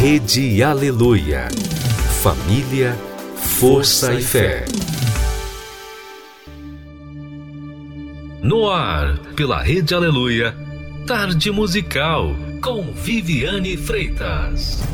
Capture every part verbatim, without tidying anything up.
Rede Aleluia. Família, força e fé. No ar, pela Rede Aleluia, Tarde Musical, com Viviane Freitas.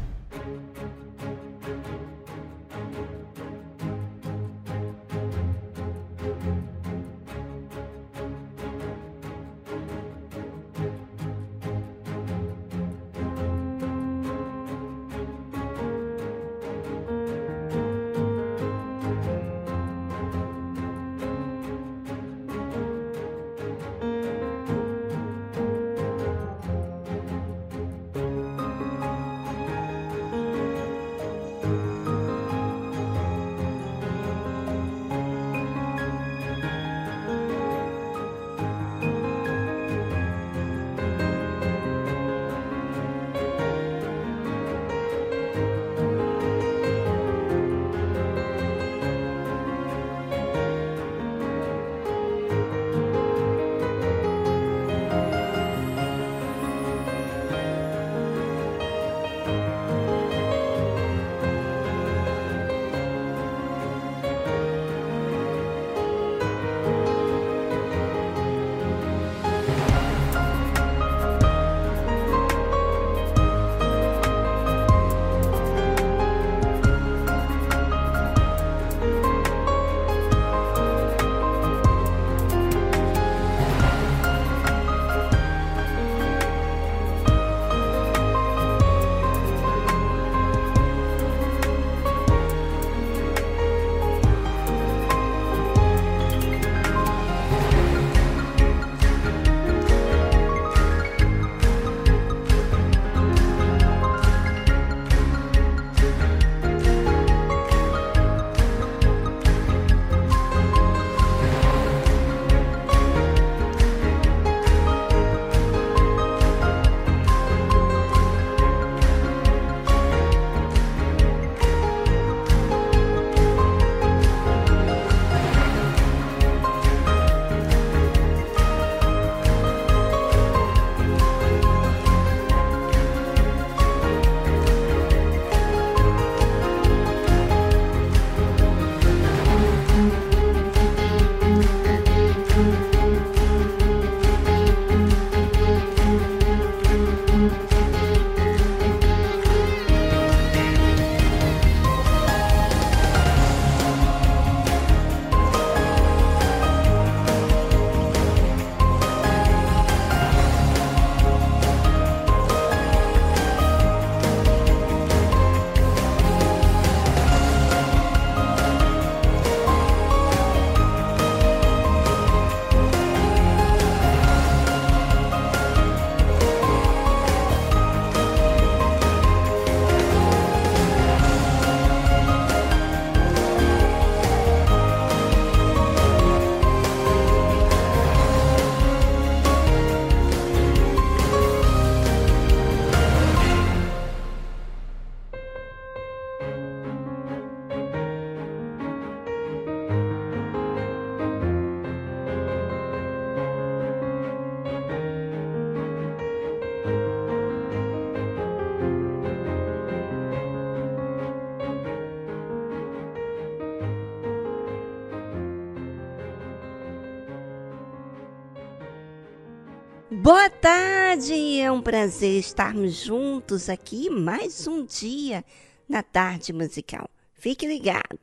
Boa tarde, é um prazer estarmos juntos aqui mais um dia na Tarde Musical. Fique ligado.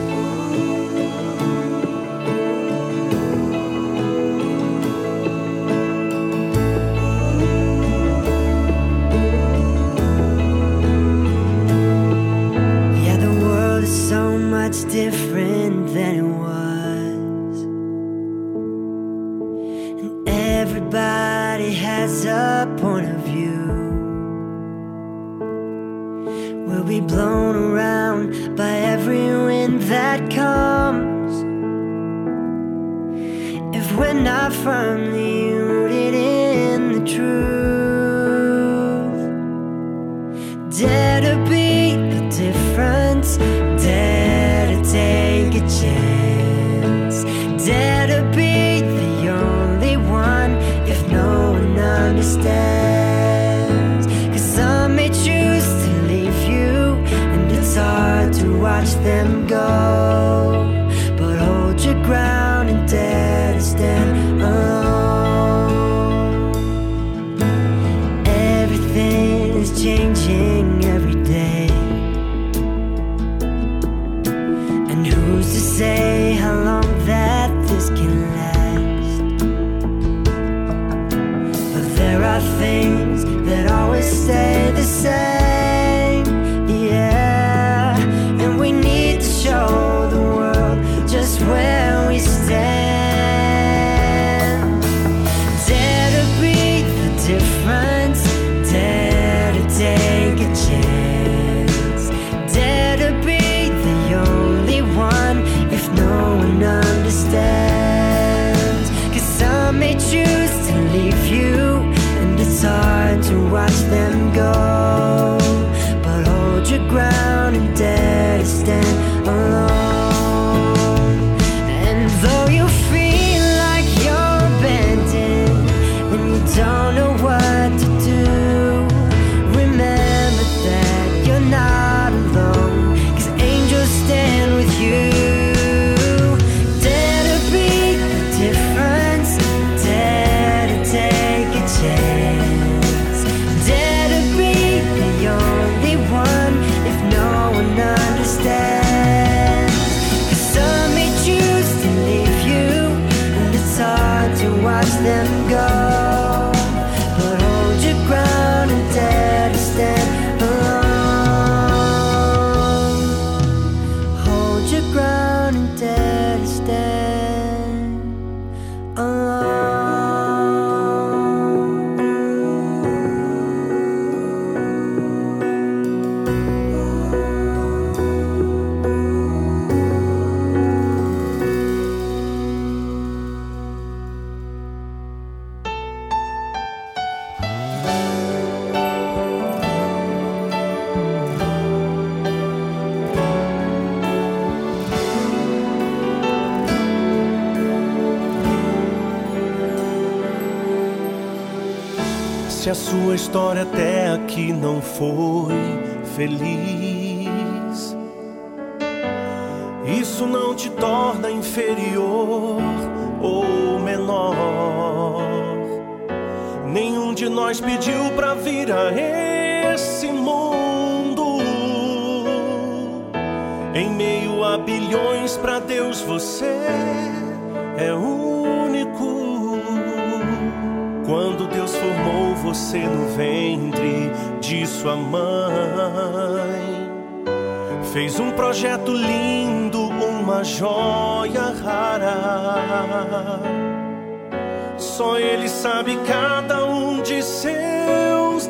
Yeah, the world is so much different than it was, and everybody has a point of view. We'll be blown around by every wind that comes if we're not firmly rooted in the truth. Dare to be the difference, dare to take a chance, dare to be the only one if no one understands. 'Cause some may choose to watch them go, but hold your ground and dare to stand alone. Everything is changing every day, and who's to say how long that this can last? But there are things that always stay the same, yeah, and we need to show the world just where we stand. Dare to be the difference, dare to take a chance, dare to be the only one if no one understands. 'Cause some may choose to leave you, and it's hard to watch them go, but hold your ground and dare to stand alone. And though you feel like you're abandoned and you don't know what to do, remember that you're not alone, 'cause angels stand with you. Dare to be the difference, dare to take a chance, dare to be the only one if no one understands. 'Cause some may choose to leave you, and it's hard to watch them go, but hold your ground and dare to stand alone. Hold your ground and dare to stand alone. Se a sua história até aqui não foi feliz, isso não te torna inferior ou menor. Nenhum de nós pediu pra vir a esse mundo. Em meio a bilhões, pra Deus você é único. Quando Deus formou você no ventre de sua mãe, fez um projeto lindo, uma joia rara. Só Ele sabe cada um de seus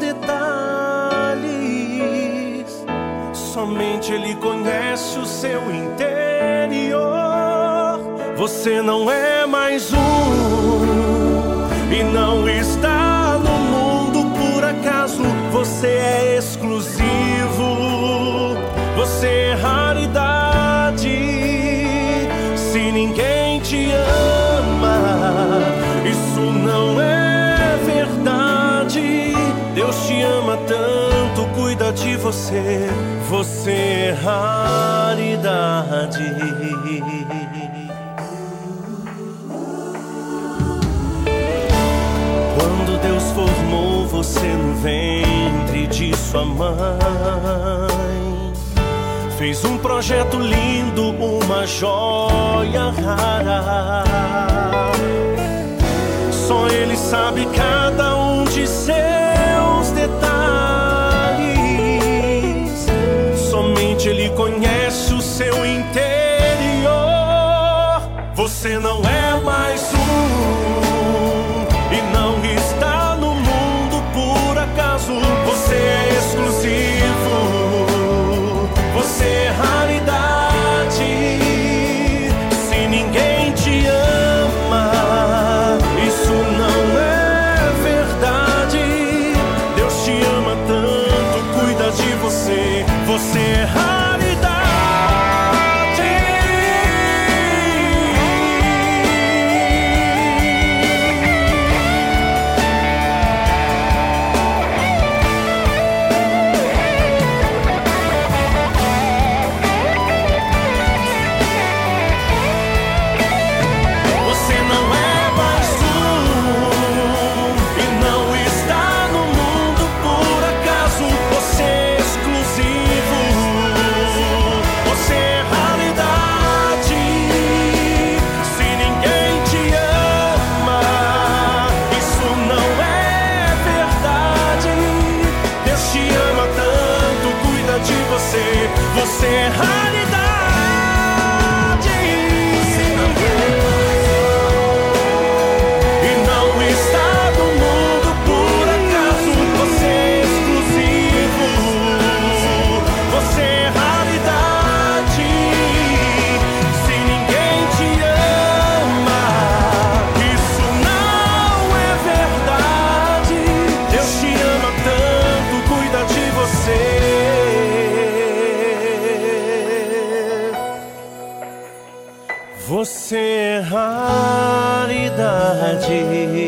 detalhes. Somente Ele conhece o seu interior. Você não é mais um e não está no mundo por acaso. Você é exclusivo, você é raridade. Se ninguém te ama, isso não é verdade. Deus te ama tanto, cuida de você. Você é raridade. Deus formou você no ventre de sua mãe, fez um projeto lindo, uma joia rara. Só Ele sabe cada um de seus detalhes. Somente Ele conhece o seu interior. Você não é mais um e não está no mundo por acaso. Você é exclusivo, você é raridade. Se ninguém te ama, isso não é verdade. Deus te ama tanto, cuida de você. Você é raridade. realidade. E não está no mundo por acaso. Você é exclusivo. Você é realidade. Se ninguém te ama, isso não é verdade. Deus te ama tanto, cuida de você. Você é raridade.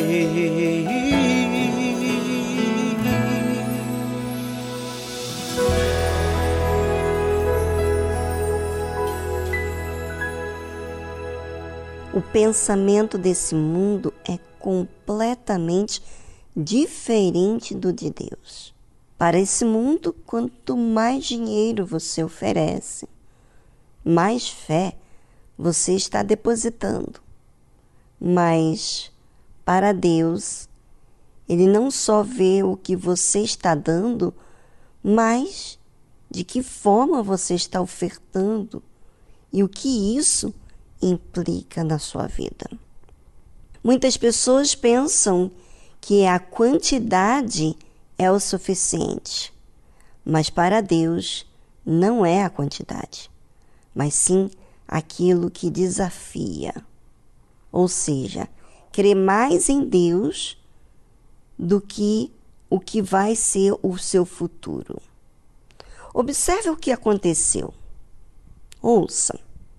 O pensamento desse mundo é completamente diferente do de Deus. Para esse mundo, quanto mais dinheiro você oferece, mais fé você está depositando. Mas para Deus, Ele não só vê o que você está dando, mas de que forma você está ofertando e o que isso implica na sua vida. Muitas pessoas pensam que a quantidade é o suficiente, mas para Deus não é a quantidade, mas sim aquilo que desafia. Ou seja, crer mais em Deus do que o que vai ser o seu futuro. Observe o que aconteceu. Ouça.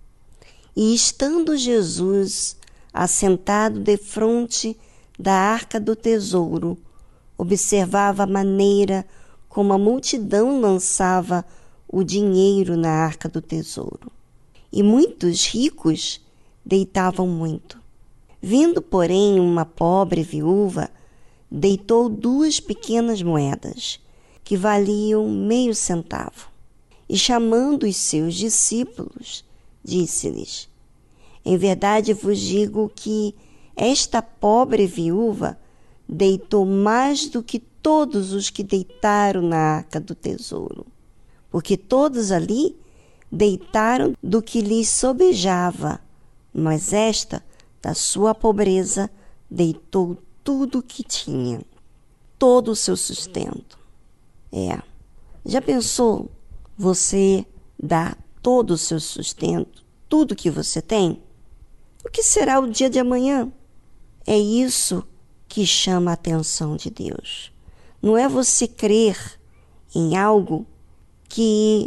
E estando Jesus assentado defronte da arca do tesouro, observava a maneira como a multidão lançava o dinheiro na arca do tesouro. E muitos ricos deitavam muito. Vindo, porém, uma pobre viúva, deitou duas pequenas moedas, que valiam meio centavo. E chamando os seus discípulos, disse-lhes: em verdade vos digo que esta pobre viúva deitou mais do que todos os que deitaram na arca do tesouro, porque todos ali deitaram do que lhes sobejava, mas esta, da sua pobreza, deitou tudo o que tinha, todo o seu sustento. É, já pensou você dar todo o seu sustento, tudo que você tem? O que será o dia de amanhã? É isso que chama a atenção de Deus. Não é você crer em algo que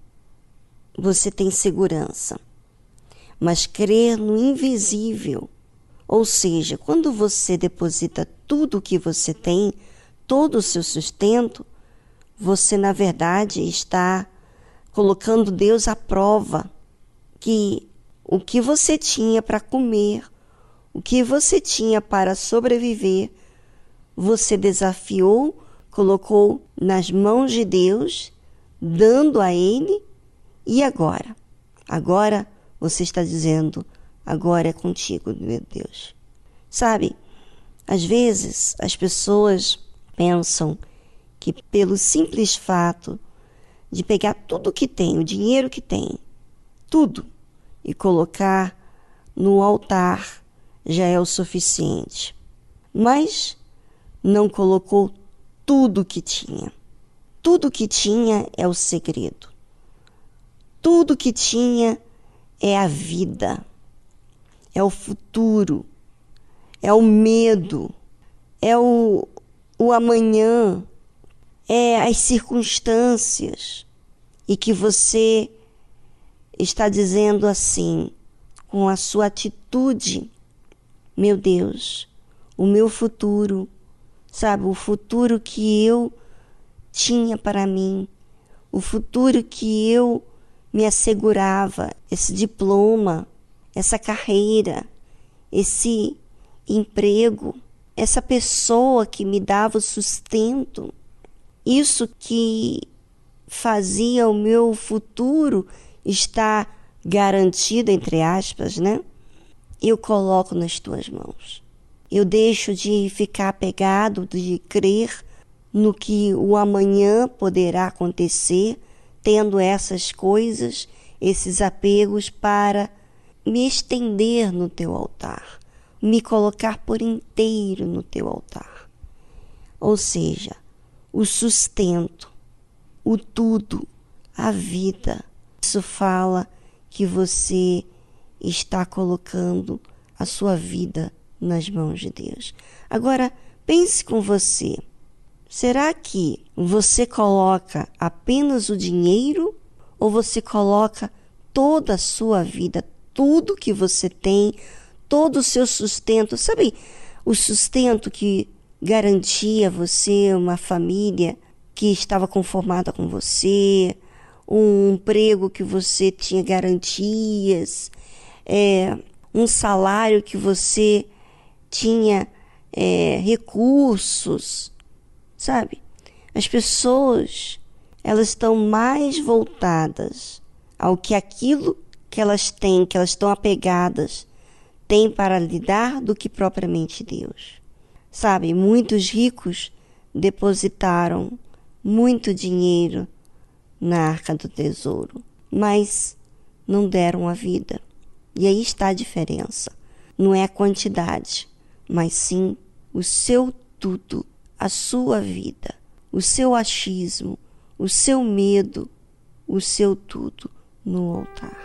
você tem segurança, mas crer no invisível. Ou seja, quando você deposita tudo o que você tem, todo o seu sustento, você, na verdade, está colocando Deus à prova, que o que você tinha para comer, o que você tinha para sobreviver, você desafiou, colocou nas mãos de Deus, dando a Ele, e agora? Agora você está dizendo: agora é contigo, meu Deus. Sabe, às vezes as pessoas pensam que pelo simples fato de pegar tudo que tem, o dinheiro que tem, tudo, e colocar no altar já é o suficiente. Mas não colocou tudo que tinha. Tudo que tinha é o segredo. Tudo que tinha é a vida, é o futuro, é o medo, é o, o amanhã, é as circunstâncias. E que você está dizendo assim, com a sua atitude: meu Deus, o meu futuro, sabe, o futuro que eu tinha para mim, o futuro que eu me assegurava, esse diploma, essa carreira, esse emprego, essa pessoa que me dava o sustento, isso que fazia o meu futuro estar garantido, entre aspas, né? Eu coloco nas tuas mãos. Eu deixo de ficar apegado, de crer no que o amanhã poderá acontecer, tendo essas coisas, esses apegos para me estender no teu altar, me colocar por inteiro no teu altar. Ou seja, o sustento, o tudo, a vida. Isso fala que você está colocando a sua vida nas mãos de Deus. Agora, pense com você. Será que você coloca apenas o dinheiro ou você coloca toda a sua vida, tudo que você tem, todo o seu sustento? Sabe o sustento que garantia você uma família que estava conformada com você, um emprego que você tinha garantias, é, um salário que você tinha é, recursos, sabe? As pessoas, elas estão mais voltadas ao que aquilo que elas têm, que elas estão apegadas, têm para lhe dar do que propriamente Deus. Sabe, muitos ricos depositaram muito dinheiro na arca do tesouro, mas não deram a vida. E aí está a diferença. Não é a quantidade, mas sim o seu tudo, a sua vida, o seu achismo, o seu medo, o seu tudo no altar.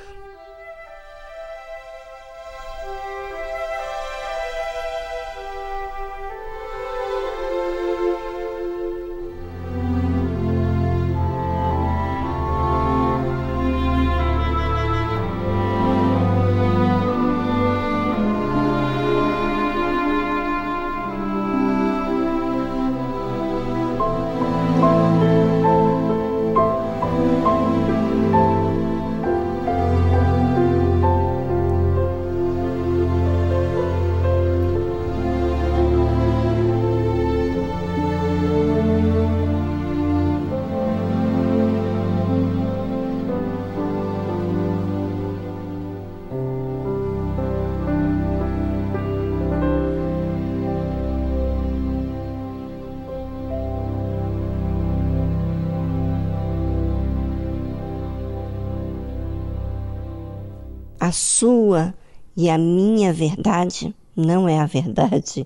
A sua e a minha verdade não é a verdade.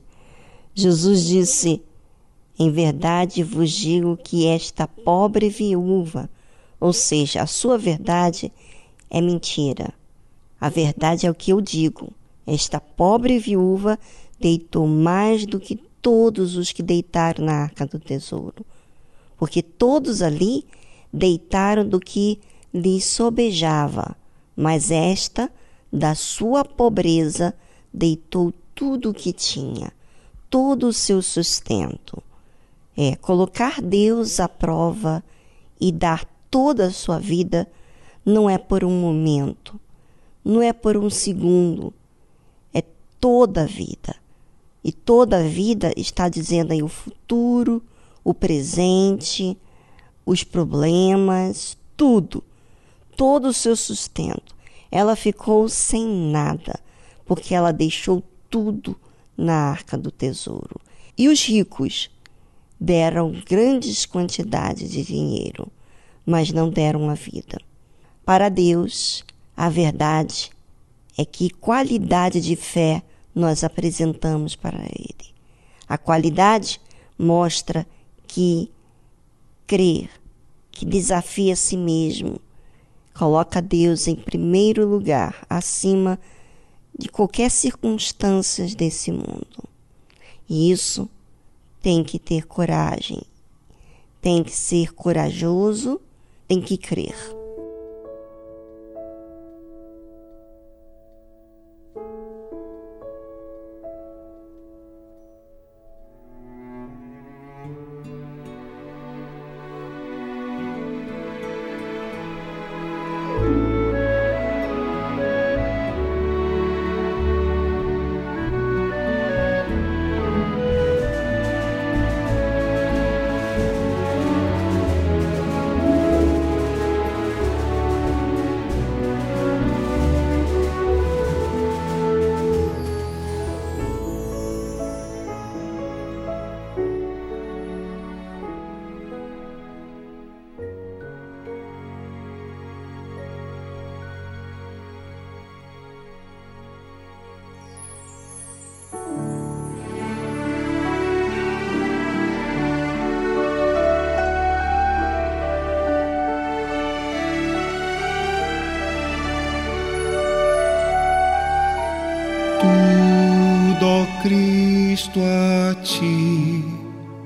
Jesus disse: em verdade vos digo que esta pobre viúva, ou seja, a sua verdade é mentira. A verdade é o que eu digo. Esta pobre viúva deitou mais do que todos os que deitaram na arca do tesouro, porque todos ali deitaram do que lhes sobejava, mas esta, da sua pobreza, deitou tudo o que tinha, todo o seu sustento. É, colocar Deus à prova e dar toda a sua vida não é por um momento, não é por um segundo, é toda a vida. E toda a vida está dizendo aí o futuro, o presente, os problemas, tudo. Todo o seu sustento. Ela ficou sem nada, porque ela deixou tudo na arca do tesouro. E os ricos deram grandes quantidades de dinheiro, mas não deram a vida. Para Deus, a verdade é que qualidade de fé nós apresentamos para Ele. A qualidade mostra que crer, que desafia a si mesmo, coloca Deus em primeiro lugar, acima de qualquer circunstância desse mundo. E isso tem que ter coragem, tem que ser corajoso, tem que crer.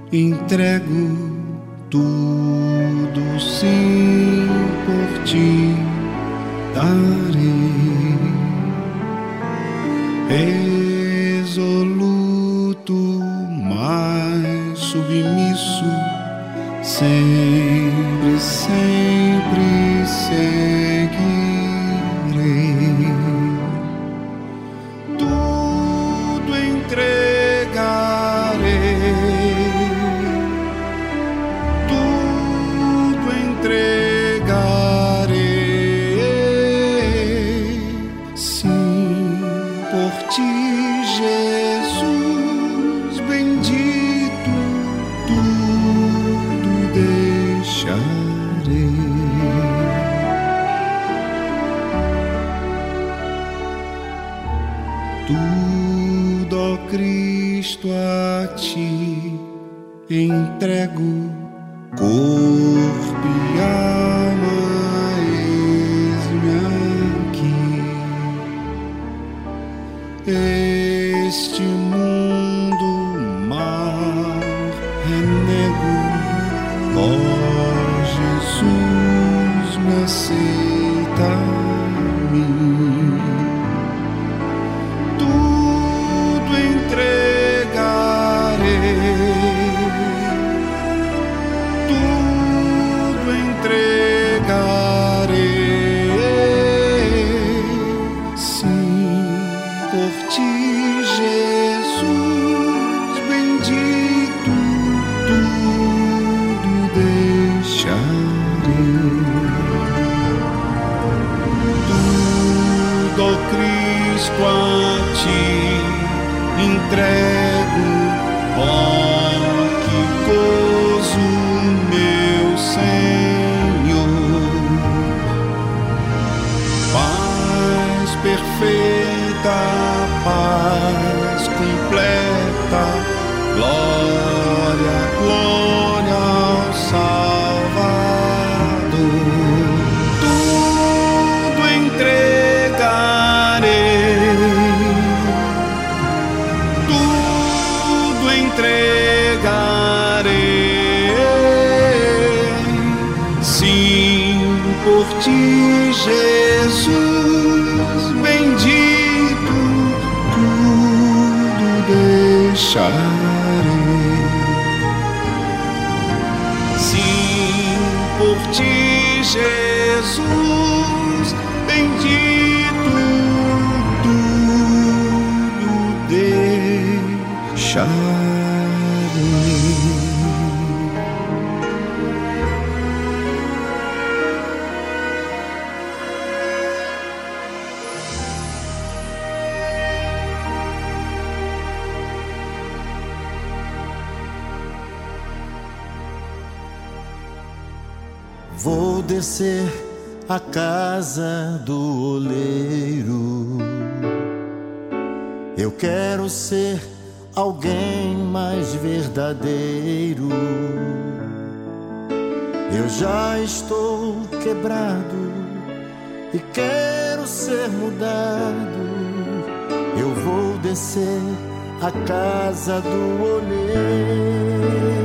entrego tudo, sim, por ti darei. Resoluto, mas submisso, sempre, sempre seguirei. Tudo entregarei, tudo entregarei, sim, por ti, Jesus bendito, tudo deixarei. Tudo, ó Cristo, a ti entrego, corpo e alma, eis-me aqui. Este mundo, mar, renego, ó Jesus, me aceita a mim. Tudo entregarei, tudo entregarei, sim, por ti, Jesus bendito, tudo deixarei. Tudo, ó Cristo, a ti entrego, ó que gozo, meu Senhor. Paz perfeita, paz completa, glória, glória ao Salvador. Tudo entregarei, tudo entregarei, sim, por ti, Jesus bendito, tudo deixarei. Sim, por ti, Jesus bendito, tudo deixarei. Vou descer à casa do oleiro. Eu quero ser alguém mais verdadeiro. Eu já estou quebrado e quero ser mudado. Eu vou descer à casa do oleiro.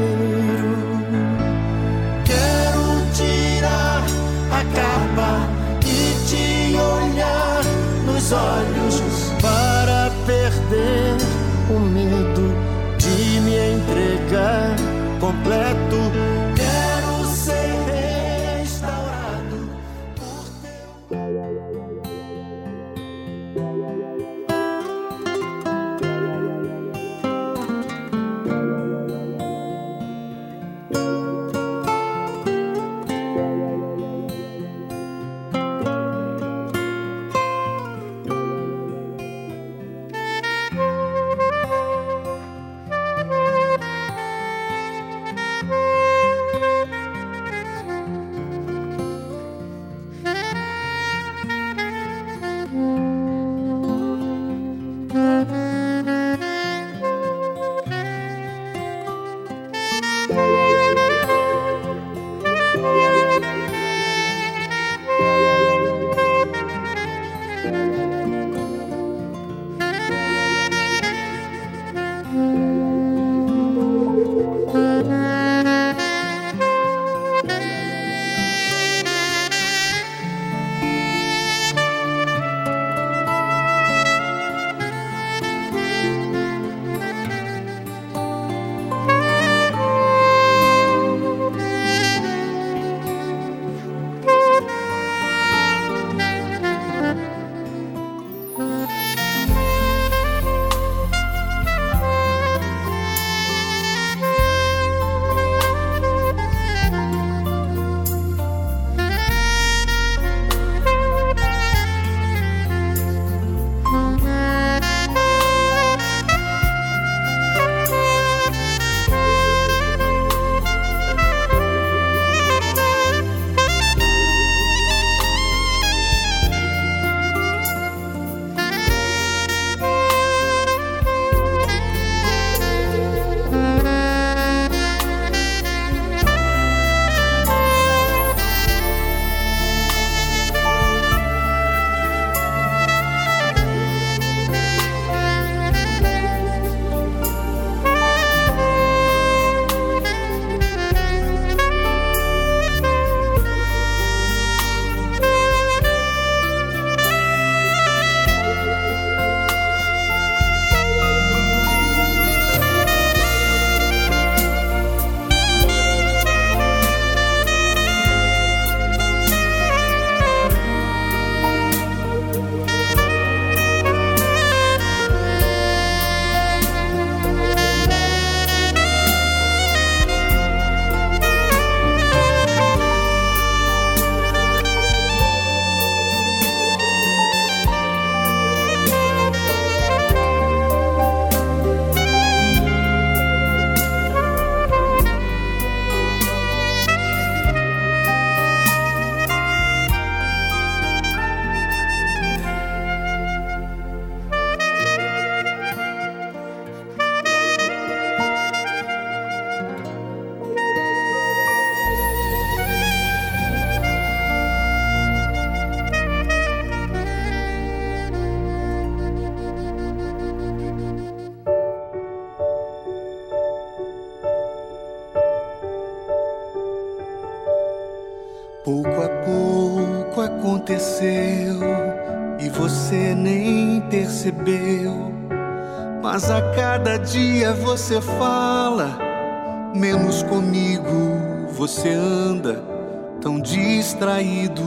A capa e te olhar nos olhos para perder o medo de me entregar completo. Quero ser restaurado por teu Pouco a pouco aconteceu e você nem percebeu. Mas a cada dia você fala, menos comigo você anda tão distraído.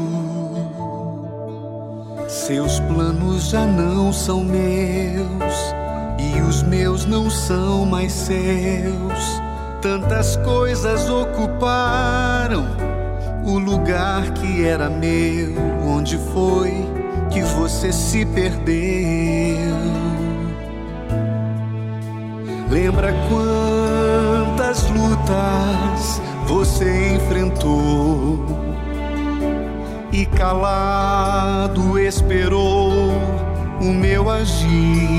Seus planos já não são meus e os meus não são mais seus. Tantas coisas ocuparam o lugar que era meu. Onde foi que você se perdeu? Lembra quantas lutas você enfrentou e calado esperou o meu agir,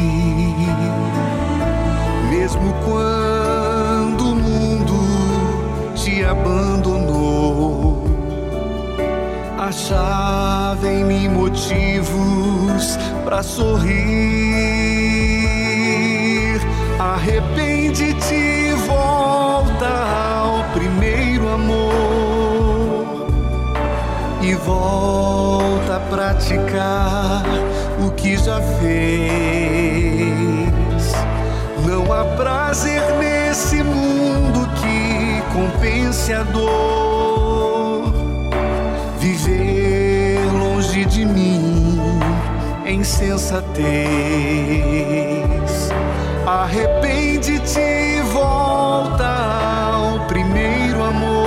mesmo quando o mundo te abandonou. Achava em mim motivos pra sorrir. Arrepende-te e volta ao primeiro amor e volta a praticar o que já fez. Não há prazer nesse mundo que compense a dor. Viver longe de mim é insensatez. Arrepende-te e volta ao primeiro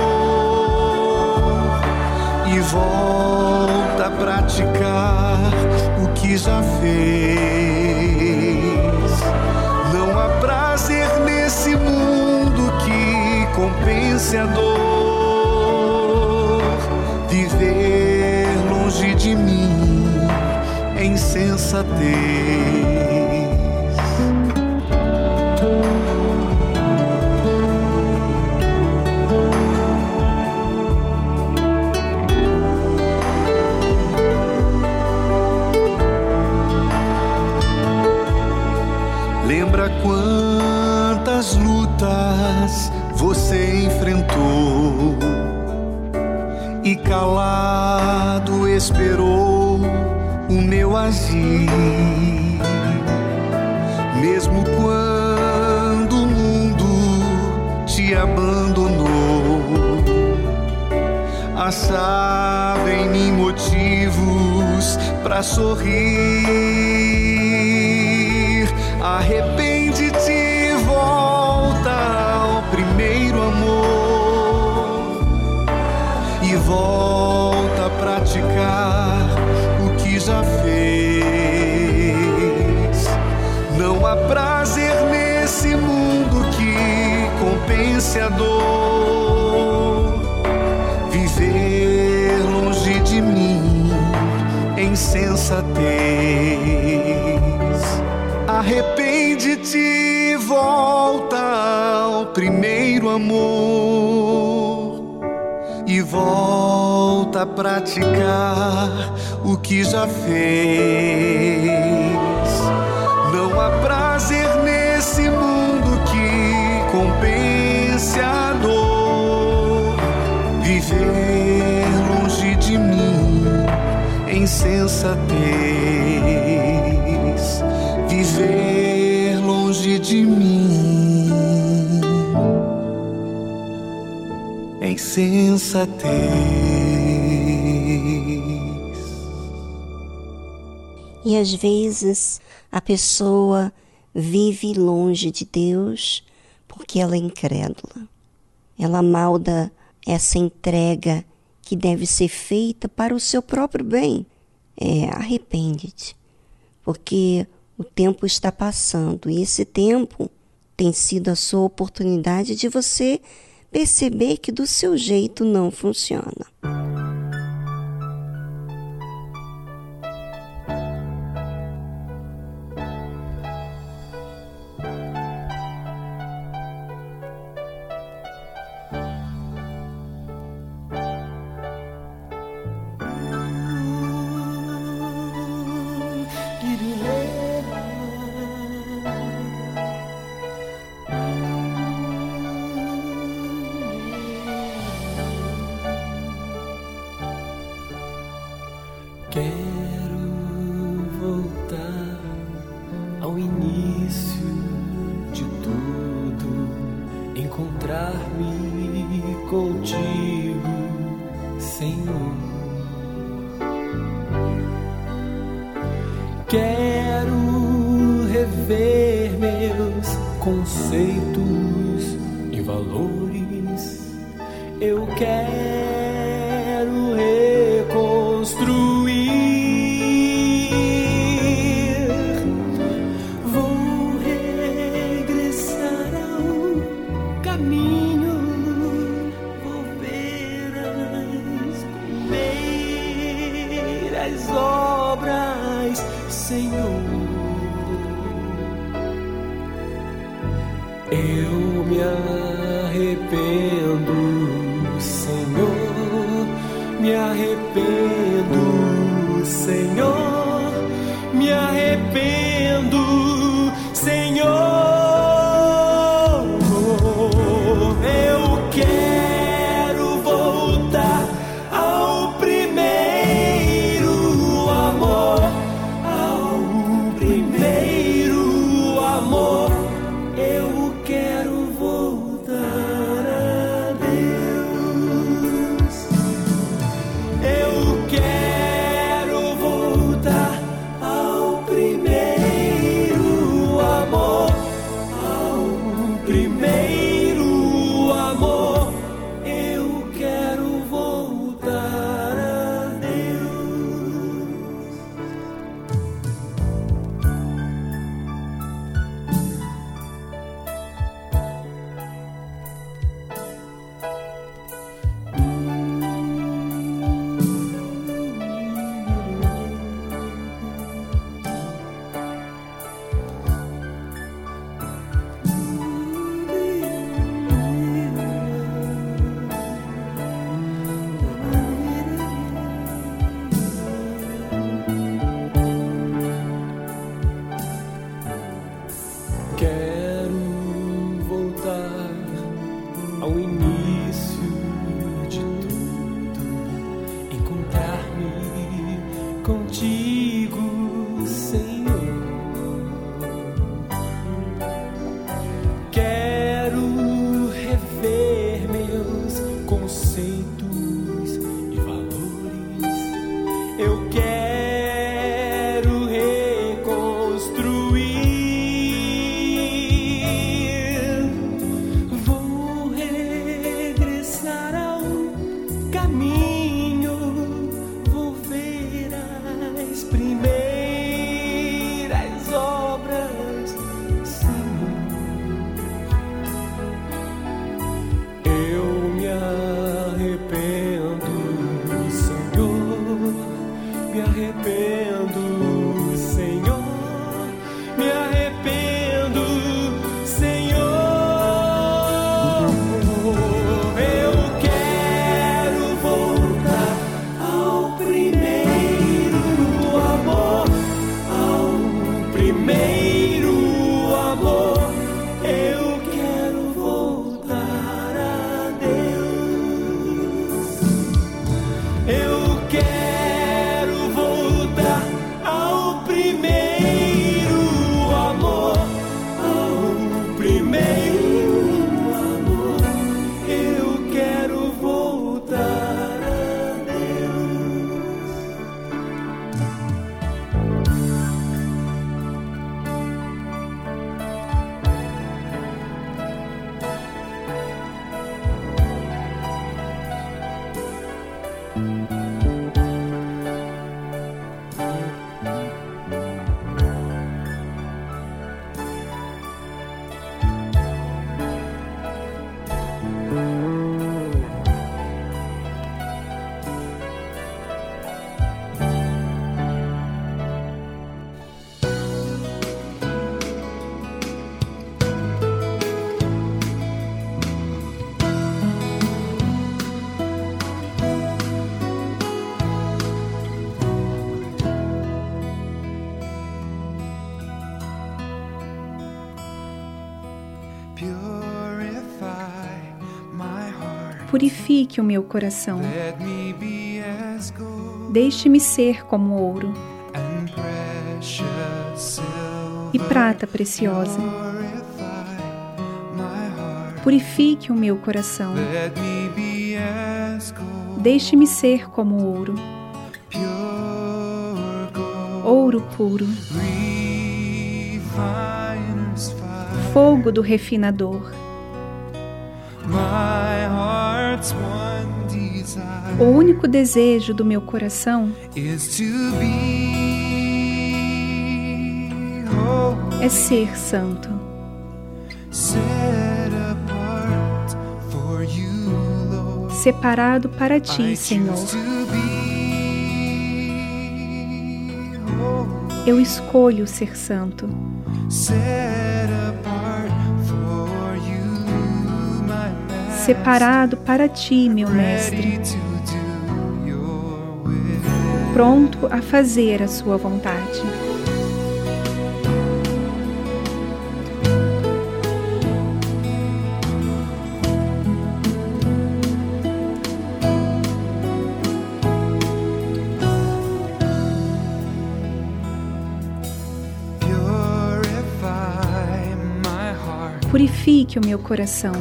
amor e volta a praticar o que já fez. Não há prazer nesse mundo que compense a dor. Viver longe de mim é insensatez. Lembra quantas lutas você enfrentou e calado esperou o meu agir, mesmo quando o mundo te abandonou. Achava em mim motivos pra sorrir. Arrepende-te e volta ao primeiro amor e volta a praticar o que já fez. Não há prazer nesse mundo que compense a dor. Viver longe de mim é insensatez. Arrepende-te e volta ao primeiro amor e volta a praticar o que já fez. Não há prazer nesse mundo que compense a dor. Viver longe de mim é insensatez. Viver longe de mim é insensatez. E às vezes a pessoa vive longe de Deus porque ela é incrédula. Ela malda essa entrega que deve ser feita para o seu próprio bem. É, arrepende-te, porque o tempo está passando e esse tempo tem sido a sua oportunidade de você perceber que do seu jeito não funciona. Quero voltar ao início de tudo, encontrar-me contigo, Senhor. Quero rever meus conceitos e valores. Eu quero reconstruir. Vou regressar ao caminho, vou ver as primeiras obras, Senhor. Eu me arrependo, Senhor, me arrependo, Senhor, me arrependo, Senhor. Eu quero voltar ao primeiro amor, ao primeiro amor. Eu quero voltar a Deus. Eu quero voltar ao primeiro amor, ao primeiro amor. Eu quero voltar a Deus. Quero voltar ao início de tudo, encontrar-me contigo, Senhor. Quero rever meus conceitos e valores. Eu quero reconstruir. Vou regressar ao caminho, vou ver as primeiras obras, Senhor. Eu me arrependo, Senhor, me arrependo, Senhor, me arrependo, Senhor. Eu quero voltar ao primeiro amor, ao primeiro amor. Eu quero voltar a Deus. Eu quero voltar Purifique o meu coração. Deixe-me ser como ouro e prata preciosa. Purifique o meu coração. Deixe-me ser como ouro, ouro puro, fogo do refinador. O único desejo do meu coração é ser santo. Separado para ti, Senhor. Eu escolho ser santo. Separado para ti, meu Mestre. Pronto a fazer a sua vontade. Purifique o meu coração.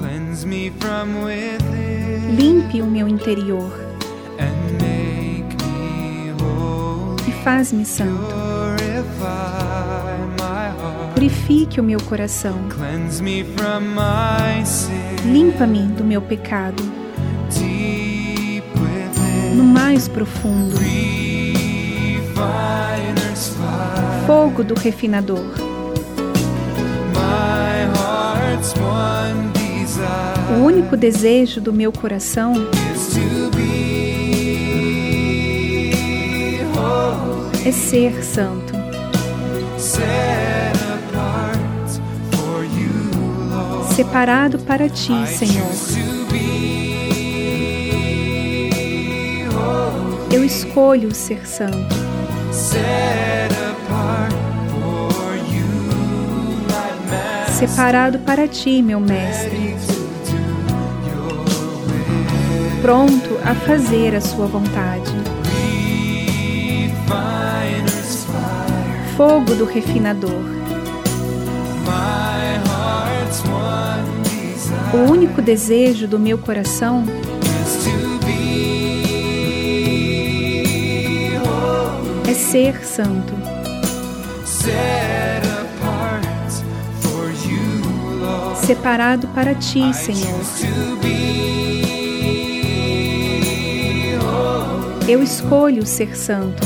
Limpe o meu interior. E faz-me santo. Purifique o meu coração. Limpa-me do meu pecado. No mais profundo. Fogo do refinador. O único desejo do meu coração é ser santo. Separado para ti, Senhor. Eu escolho ser santo. Separado para ti, meu Mestre. Pronto a fazer a sua vontade. Fogo do refinador. O único desejo do meu coração é ser santo. Separado para ti, Senhor. Eu escolho ser santo.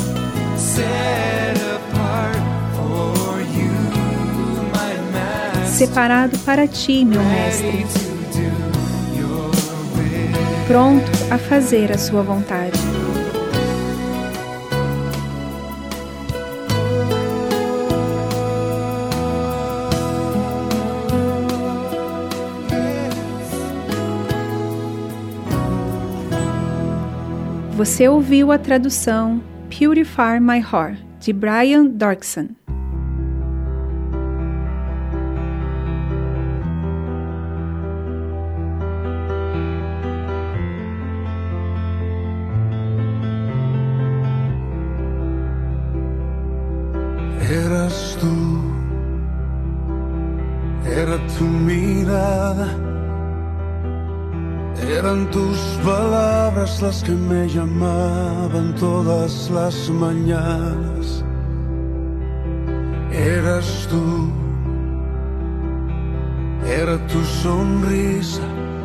Separado para ti, meu Mestre. Pronto a fazer a sua vontade. Você ouviu a tradução Purify My Heart, de Brian Doerksen. Eras tú, era tu mirada. Eran tus palabras las que me llamaban todas las mañanas. Eras tú, era tu sonrisa.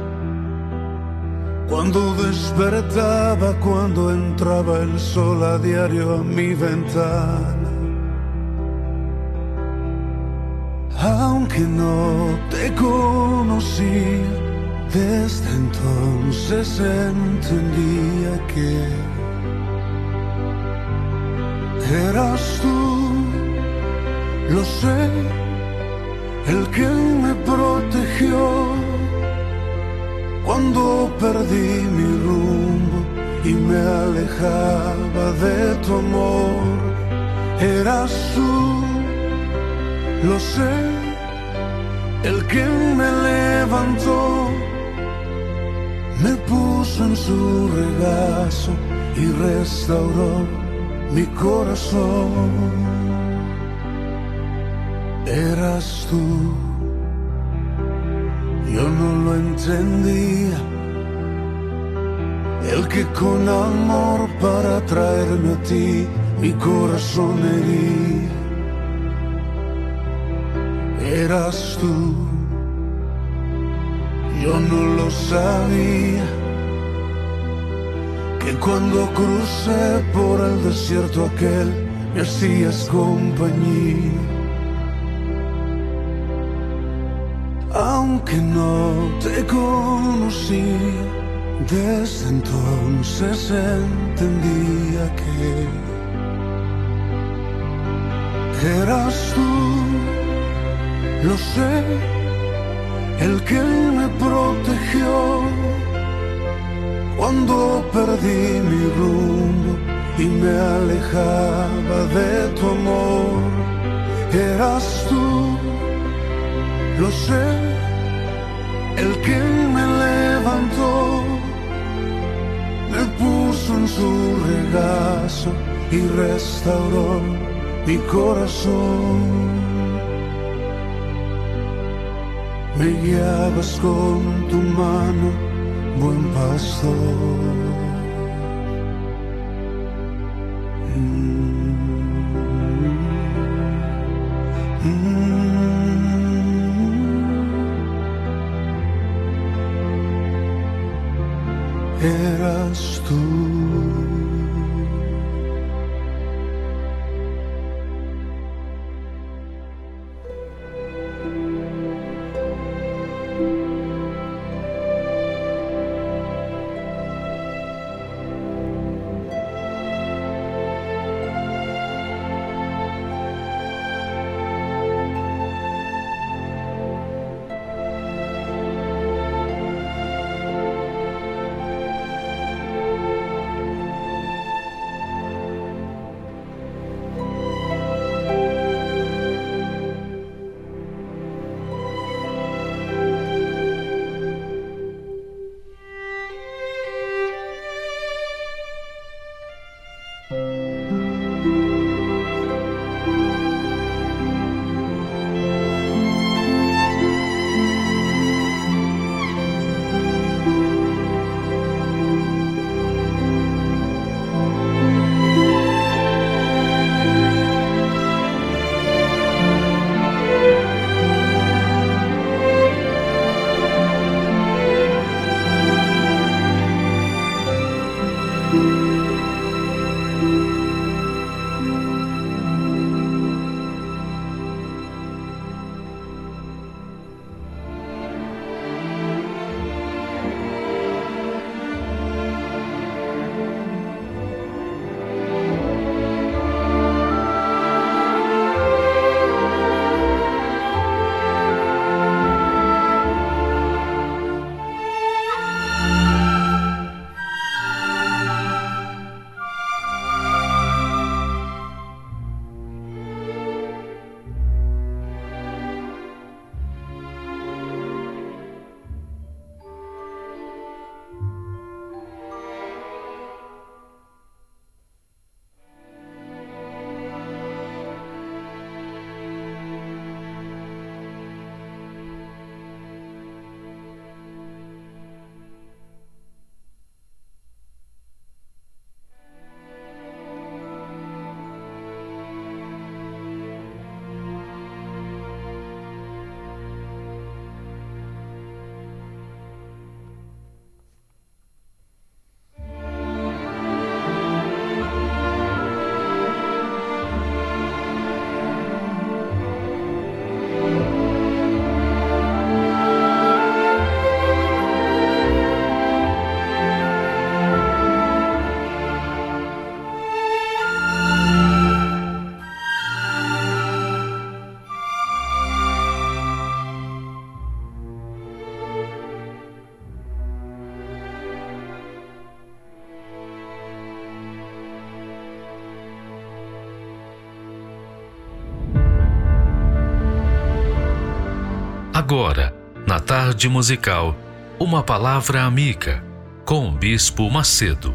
Cuando despertaba, cuando entraba el sol a diario a mi ventana. Aunque no te conocí, desde entonces entendía que eras tú, lo sé, el que me protegió cuando perdí mi rumbo y me alejaba de tu amor. Eras tú, lo sé, el que me levantó. me puso en su regazo y restauró mi corazón. Eras tú, yo no lo entendía, el que con amor para traerme a ti mi corazón hería. Eras tú, yo no lo sabía, que cuando crucé por el desierto aquel me hacías compañía. Aunque no te conocía, desde entonces entendía que eras tú, lo sé, el que me protegió cuando perdí mi rumbo y me alejaba de tu amor. Eras tú, lo sé, el que me levantó, me puso en su regazo y restauró mi corazón. Me guiabas con tu mano, buen pastor. Mm. Mm. Eras tú. Agora, na tarde musical, uma palavra amiga com o Bispo Macedo.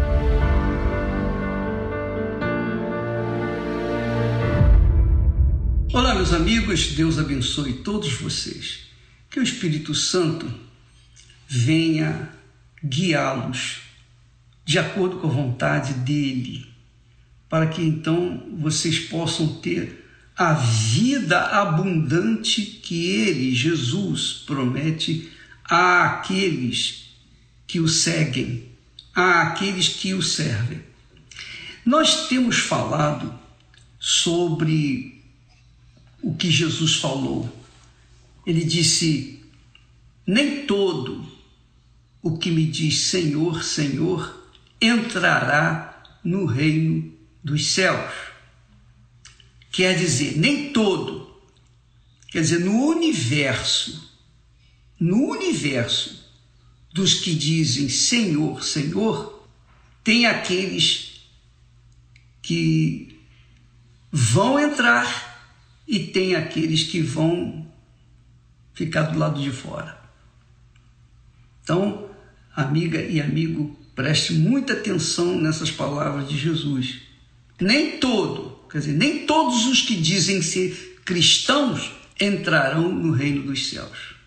Olá, meus amigos, Deus abençoe todos vocês. Que o Espírito Santo venha guiá-los de acordo com a vontade dele, para que então vocês possam ter a vida abundante que ele, Jesus, promete àqueles que o seguem, àqueles que o servem. Nós temos falado sobre o que Jesus falou. Ele disse: nem todo o que me diz Senhor, Senhor, entrará no reino dos céus. Quer dizer, nem todo. Quer dizer, no universo, no universo dos que dizem Senhor, Senhor, tem aqueles que vão entrar e tem aqueles que vão ficar do lado de fora. Então, amiga e amigo, preste muita atenção nessas palavras de Jesus. Nem todo, quer dizer, nem todos os que dizem ser cristãos entrarão no reino dos céus,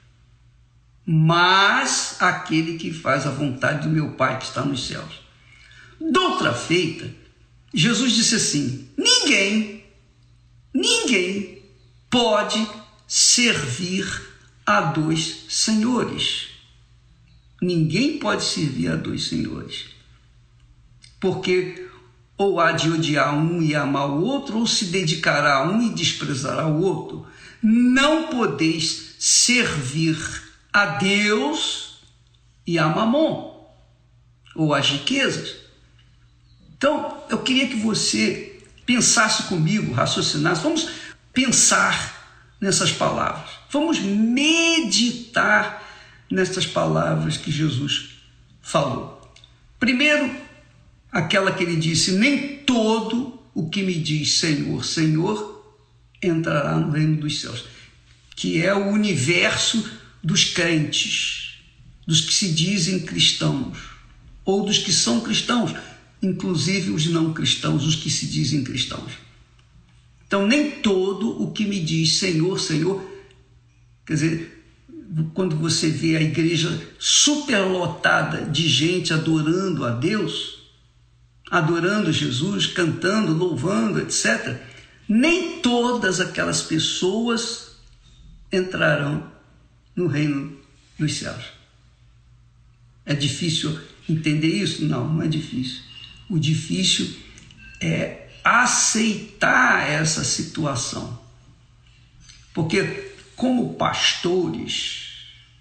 mas aquele que faz a vontade do meu Pai que está nos céus. Doutra feita, Jesus disse assim: ninguém, ninguém pode servir a dois senhores. Ninguém pode servir a dois senhores, porque ou há de odiar um e amar o outro, ou se dedicará a um e desprezará o outro. Não podeis servir a Deus e a Mamon, ou às riquezas. Então, eu queria que você pensasse comigo, raciocinasse. Vamos pensar nessas palavras. Vamos meditar nessas palavras que Jesus falou. Primeiro, aquela que ele disse: nem todo o que me diz Senhor, Senhor, entrará no reino dos céus, que é o universo dos crentes, dos que se dizem cristãos, ou dos que são cristãos, inclusive os não cristãos, os que se dizem cristãos. Então, nem todo o que me diz Senhor, Senhor, quer dizer, quando você vê a igreja superlotada de gente adorando a Deus, adorando Jesus, cantando, louvando, etcétera, nem todas aquelas pessoas entrarão no reino dos céus. É difícil entender isso? Não, não é difícil. O difícil é aceitar essa situação. Porque, como pastores,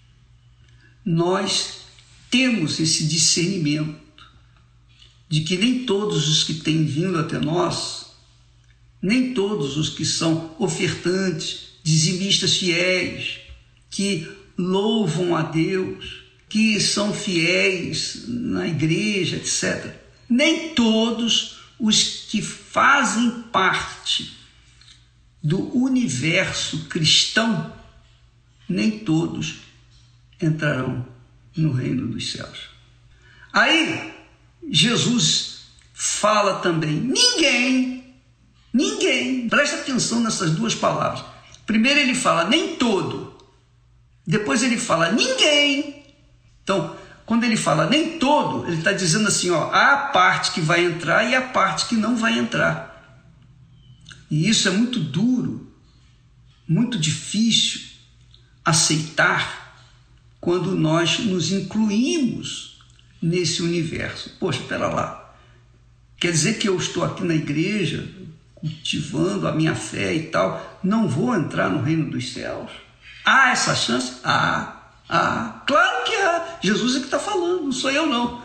nós temos esse discernimento de que nem todos os que têm vindo até nós, nem todos os que são ofertantes, dizimistas fiéis, que louvam a Deus, que são fiéis na igreja, etcétera, nem todos os que fazem parte do universo cristão, nem todos entrarão no reino dos céus. Aí, Jesus fala também: ninguém, ninguém, presta atenção nessas duas palavras. Primeiro ele fala nem todo, depois ele fala ninguém. Então, quando ele fala nem todo, ele está dizendo assim, ó, há a parte que vai entrar e a parte que não vai entrar. E isso é muito duro, muito difícil aceitar quando nós nos incluímos nesse universo. Poxa, espera lá, quer dizer que eu estou aqui na igreja cultivando a minha fé e tal, não vou entrar no reino dos céus? Há essa chance? Há. Ah, claro que há. Jesus é que está falando, não sou eu não.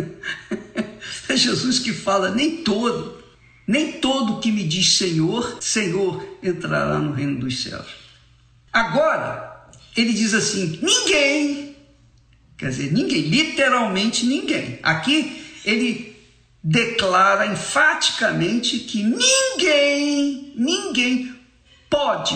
É Jesus que fala: nem todo, nem todo que me diz Senhor, Senhor, entrará no reino dos céus. Agora, ele diz assim: ninguém, quer dizer, ninguém, literalmente ninguém. Aqui ele declara enfaticamente que ninguém, ninguém pode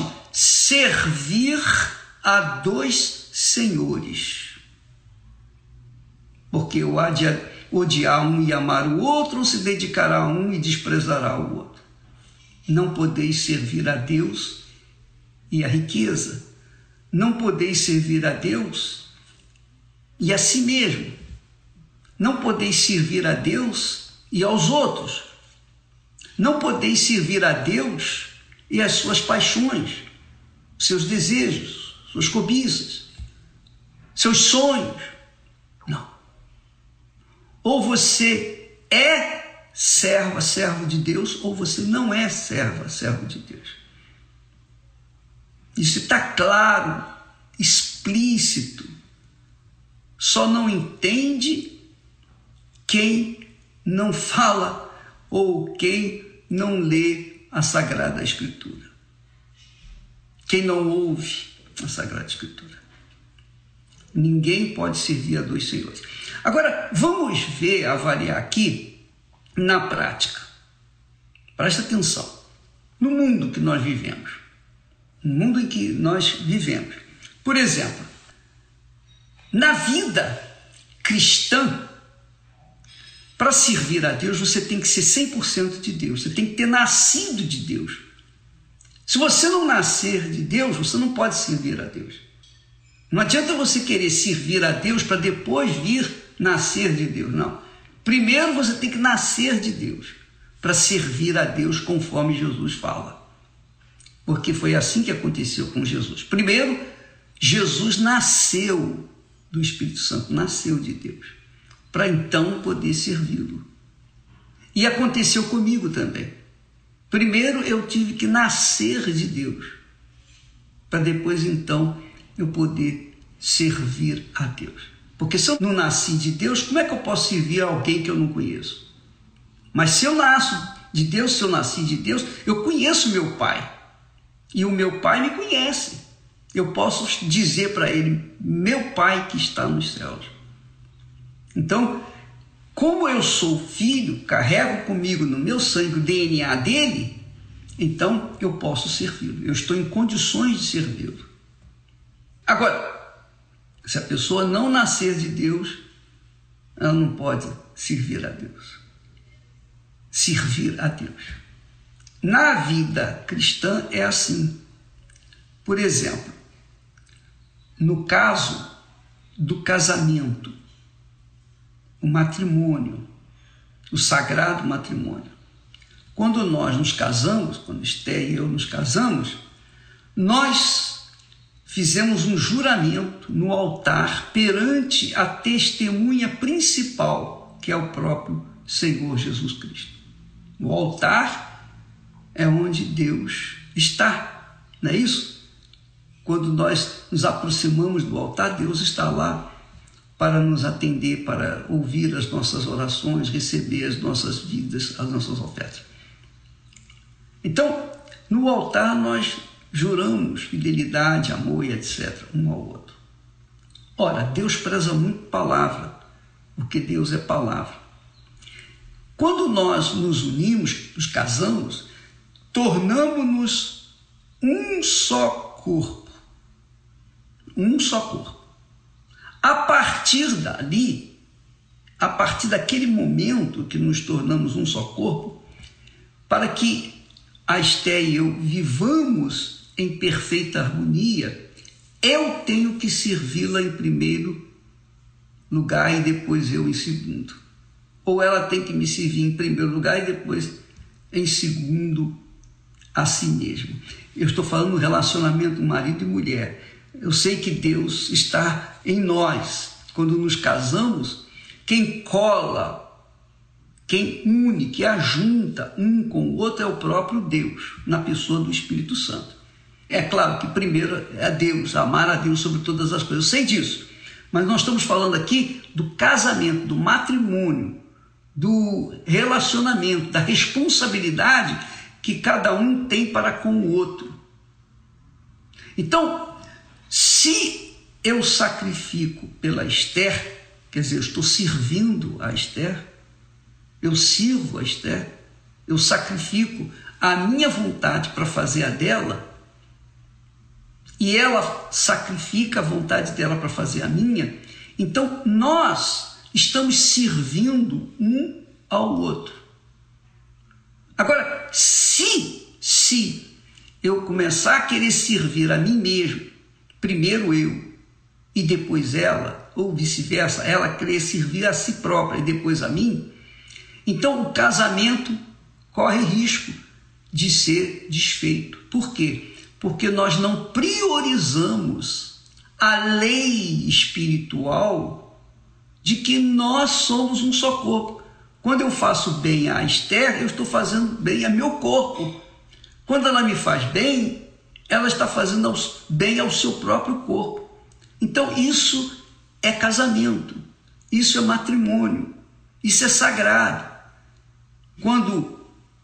servir a dois senhores. porque ou há de odiar um e amar o outro, ou se dedicará a um e desprezará o outro. Não podeis servir a Deus e a riqueza. Não podeis servir a Deus e a si mesmo. Não podeis servir a Deus e aos outros. Não podeis servir a Deus e as suas paixões, seus desejos, suas cobiças, seus sonhos. Não. Ou você é serva, servo de Deus, ou você não é serva, servo de Deus. Isso está claro, explícito. Só não entende quem não fala ou quem não lê a Sagrada Escritura. Quem não ouve a Sagrada Escritura. Ninguém pode servir a dois senhores. Agora, vamos ver, avaliar aqui na prática. Presta atenção. No mundo que nós vivemos. No mundo em que nós vivemos. Por exemplo, na vida cristã, para servir a Deus, você tem que ser cem por cento de Deus. Você tem que ter nascido de Deus. Se você não nascer de Deus, você não pode servir a Deus. Não adianta você querer servir a Deus para depois vir nascer de Deus. Não. Primeiro você tem que nascer de Deus para servir a Deus conforme Jesus fala. Porque foi assim que aconteceu com Jesus. Primeiro, Jesus nasceu do Espírito Santo, nasceu de Deus, para então poder servi-lo. E aconteceu comigo também. Primeiro eu tive que nascer de Deus, para depois então eu poder servir a Deus. Porque se eu não nasci de Deus, como é que eu posso servir a alguém que eu não conheço? Mas se eu nasço de Deus, se eu nasci de Deus, eu conheço meu Pai. E o meu Pai me conhece. Eu posso dizer para ele, meu Pai que está nos céus. Então, como eu sou filho, carrego comigo no meu sangue o D N A dele, então eu posso servi-lo. Eu estou em condições de servi-lo. Agora, se a pessoa não nascer de Deus, ela não pode servir a Deus. Servir a Deus. Na vida cristã é assim. Por exemplo, no caso do casamento, o matrimônio, o sagrado matrimônio. Quando nós nos casamos, quando Esther e eu nos casamos, nós fizemos um juramento no altar perante a testemunha principal, que é o próprio Senhor Jesus Cristo. O altar é onde Deus está, não é isso? Quando nós nos aproximamos do altar, Deus está lá para nos atender, para ouvir as nossas orações, receber as nossas vidas, as nossas ofertas. Então, no altar nós juramos fidelidade, amor e etcétera, um ao outro. Ora, Deus preza muito palavra, porque Deus é palavra. Quando nós nos unimos, nos casamos, tornamos-nos um só corpo. Um só corpo. A partir dali, a partir daquele momento que nos tornamos um só corpo, para que a Esther e eu vivamos em perfeita harmonia, eu tenho que servi-la em primeiro lugar e depois eu em segundo. Ou ela tem que me servir em primeiro lugar e depois em segundo a si mesmo. Eu estou falando do relacionamento marido e mulher. Eu sei que Deus está em nós. Quando nos casamos, quem cola, quem une, que ajunta um com o outro é o próprio Deus, na pessoa do Espírito Santo. É claro que primeiro é Deus, amar a Deus sobre todas as coisas. Eu sei disso. Mas nós estamos falando aqui do casamento, do matrimônio, do relacionamento, da responsabilidade que cada um tem para com o outro. Então, se eu sacrifico pela Esther, quer dizer, eu estou servindo a Esther, eu sirvo a Esther, eu sacrifico a minha vontade para fazer a dela, e ela sacrifica a vontade dela para fazer a minha, então nós estamos servindo um ao outro. Agora, se, se eu começar a querer servir a mim mesmo, primeiro eu e depois ela, ou vice-versa, ela querer servir a si própria e depois a mim, então o casamento corre risco de ser desfeito. Por quê? Porque nós não priorizamos a lei espiritual de que nós somos um só corpo. Quando eu faço bem a Esther, eu estou fazendo bem a meu corpo. Quando ela me faz bem, ela está fazendo bem ao seu próprio corpo. Então isso é casamento, isso é matrimônio, isso é sagrado. Quando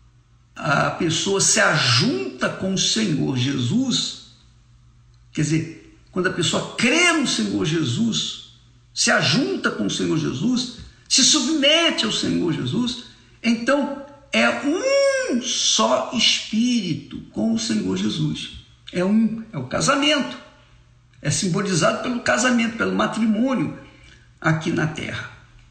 a pessoa se ajunta com o Senhor Jesus, quer dizer, quando a pessoa crê no Senhor Jesus, se ajunta com o Senhor Jesus, se submete ao Senhor Jesus, então é um só espírito com o Senhor Jesus. É um, é o casamento. É simbolizado pelo casamento, pelo matrimônio aqui na terra.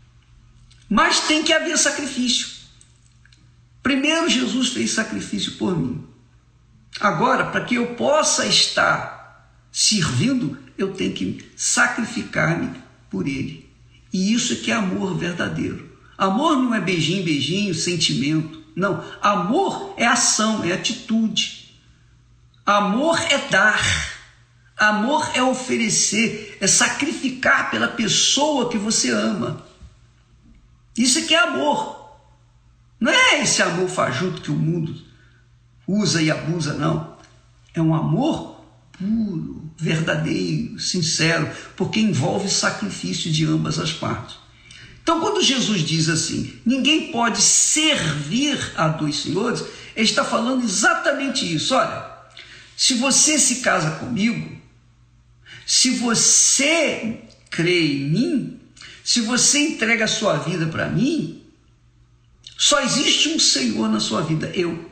Mas tem que haver sacrifício. Primeiro Jesus fez sacrifício por mim. Agora, para que eu possa estar servindo, eu tenho que sacrificar-me por ele. E isso é que é amor verdadeiro. Amor não é beijinho, beijinho, sentimento. Não, amor é ação, é atitude. Amor é dar. Amor é oferecer, é sacrificar pela pessoa que você ama. Isso é que é amor. Não é esse amor fajuto que o mundo usa e abusa, não. É um amor puro, verdadeiro, sincero, porque envolve sacrifício de ambas as partes. Então, quando Jesus diz assim, ninguém pode servir a dois senhores, ele está falando exatamente isso. Olha, se você se casa comigo, se você crê em mim, se você entrega a sua vida para mim, só existe um Senhor na sua vida, eu.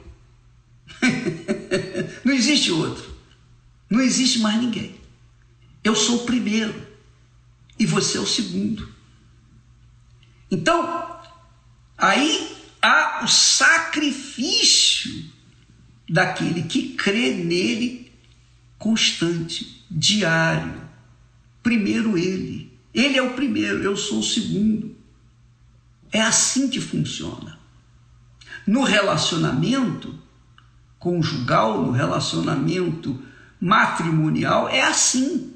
Não existe outro. Não existe mais ninguém. Eu sou o primeiro e você é o segundo. Então, aí há o sacrifício daquele que crê nele constante, diário. Primeiro ele. Ele é o primeiro, eu sou o segundo. É assim que funciona. No relacionamento conjugal, no relacionamento matrimonial, é assim.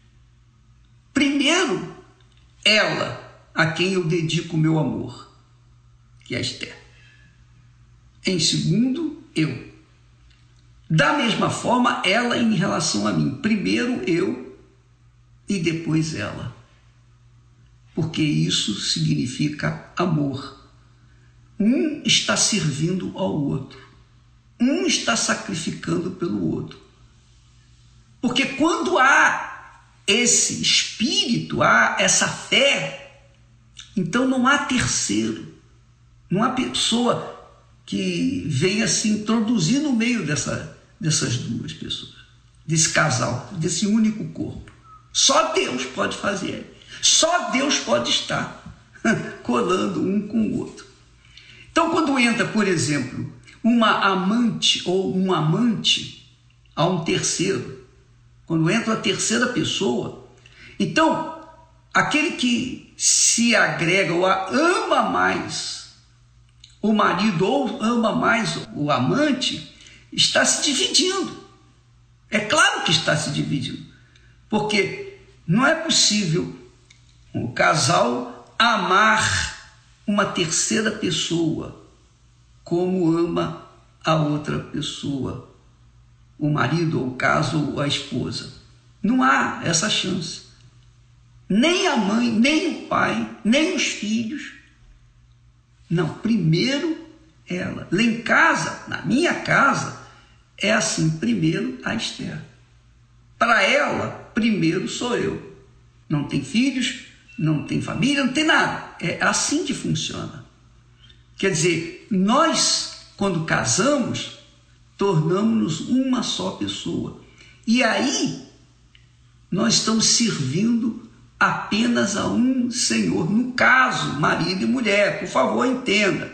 Primeiro, ela, a quem eu dedico o meu amor, que é a Esther. Em segundo, eu. Da mesma forma, ela em relação a mim. Primeiro eu e depois ela. Porque isso significa amor. Um está servindo ao outro. Um está sacrificando pelo outro. Porque quando há esse espírito, há essa fé, então não há terceiro. Não há pessoa que venha se introduzir no meio dessa, dessas duas pessoas, desse casal, desse único corpo. Só Deus pode fazer. Só Deus pode estar colando um com o outro. Então, quando entra, por exemplo, uma amante ou um amante a um terceiro, quando entra a terceira pessoa, então, aquele que se agrega ou ama mais o marido ou ama mais o amante, está se dividindo. É claro que está se dividindo, porque não é possível o casal amar uma terceira pessoa como ama a outra pessoa, o marido, ou o caso, ou a esposa. Não há essa chance. Nem a mãe, nem o pai, nem os filhos. Não, primeiro ela. Lá em casa, na minha casa, é assim, primeiro a Esther. Para ela, primeiro sou eu. Não tem filhos, não tem família, não tem nada. É assim que funciona. Quer dizer, nós, quando casamos, tornamos-nos uma só pessoa. E aí, nós estamos servindo apenas a um Senhor. No caso, marido e mulher, por favor, entenda.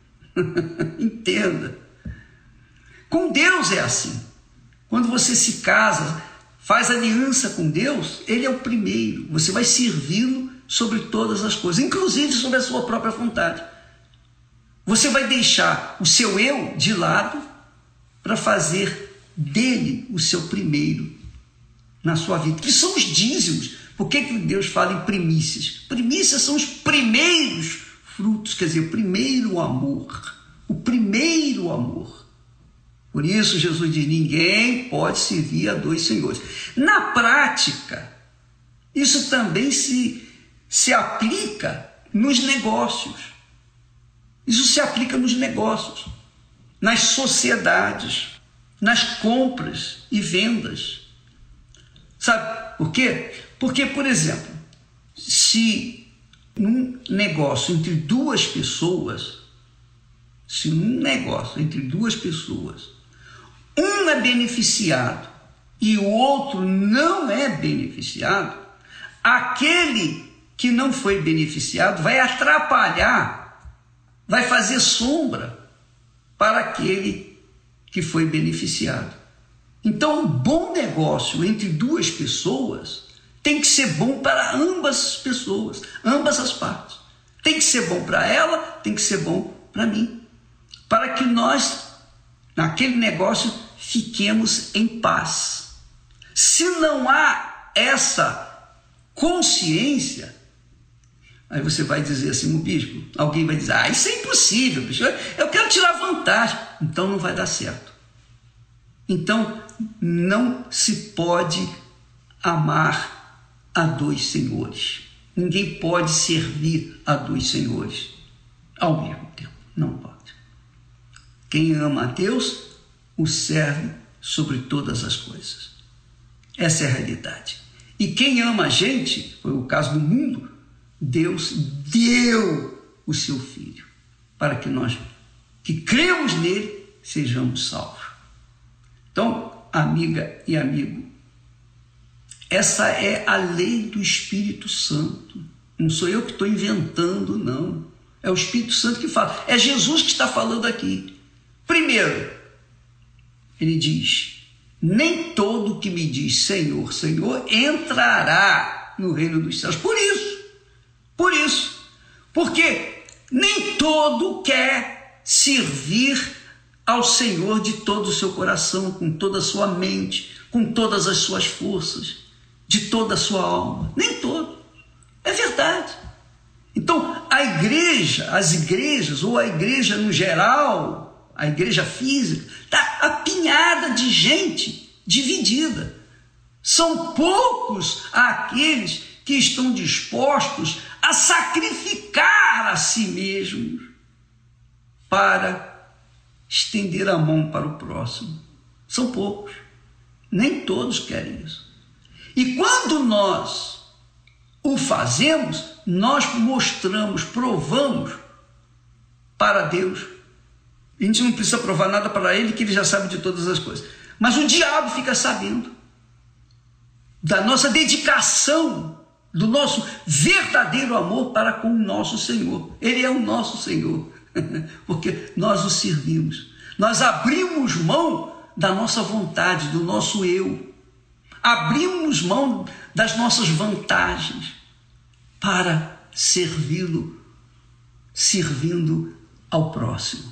Entenda. Com Deus é assim. Quando você se casa, faz aliança com Deus, Ele é o primeiro. Você vai servi-lo sobre todas as coisas, inclusive sobre a sua própria vontade. Você vai deixar o seu eu de lado para fazer dele o seu primeiro na sua vida, que são os dízimos. Por que que Deus fala em primícias? Primícias são os primeiros frutos, quer dizer, o primeiro amor, o primeiro amor. Por isso Jesus diz, ninguém pode servir a dois senhores. Na prática, isso também se, se aplica nos negócios. Isso se aplica nos negócios, nas sociedades, nas compras e vendas. Sabe por quê? Porque, por exemplo, se num negócio entre duas pessoas, se num negócio entre duas pessoas, um é beneficiado e o outro não é beneficiado, aquele que não foi beneficiado vai atrapalhar, vai fazer sombra para aquele que foi beneficiado. Então, um bom negócio entre duas pessoas tem que ser bom para ambas as pessoas, ambas as partes. Tem que ser bom para ela, tem que ser bom para mim, para que nós, naquele negócio, fiquemos em paz. Se não há essa consciência, aí você vai dizer assim, o bispo, alguém vai dizer, ah, isso é impossível, bispo, eu quero tirar vantagem. Então não vai dar certo. Então não se pode amar a dois senhores. Ninguém pode servir a dois senhores ao mesmo tempo. Não pode. Quem ama a Deus, o serve sobre todas as coisas. Essa é a realidade. E quem ama a gente, foi o caso do mundo, Deus deu o seu Filho para que nós, que cremos nele, sejamos salvos. Então, amiga e amigo, essa é a lei do Espírito Santo. Não sou eu que estou inventando, não. É o Espírito Santo que fala. É Jesus que está falando aqui. Primeiro, ele diz, nem todo que me diz Senhor, Senhor, entrará no reino dos céus. Por isso, por isso, porque nem todo quer servir ao Senhor de todo o seu coração, com toda a sua mente, com todas as suas forças, de toda a sua alma. Nem todo. É verdade. Então, a igreja, as igrejas, ou a igreja no geral, a igreja física, está apinhada de gente dividida. São poucos aqueles que estão dispostos a sacrificar a si mesmos para estender a mão para o próximo. São poucos. Nem todos querem isso. E quando nós o fazemos, nós mostramos, provamos para Deus. A gente não precisa provar nada para ele, que ele já sabe de todas as coisas. Mas o diabo fica sabendo da nossa dedicação, do nosso verdadeiro amor para com o nosso Senhor. Ele é o nosso Senhor, porque nós o servimos. Nós abrimos mão da nossa vontade, do nosso eu. Abrimos mão das nossas vantagens para servi-lo, servindo ao próximo.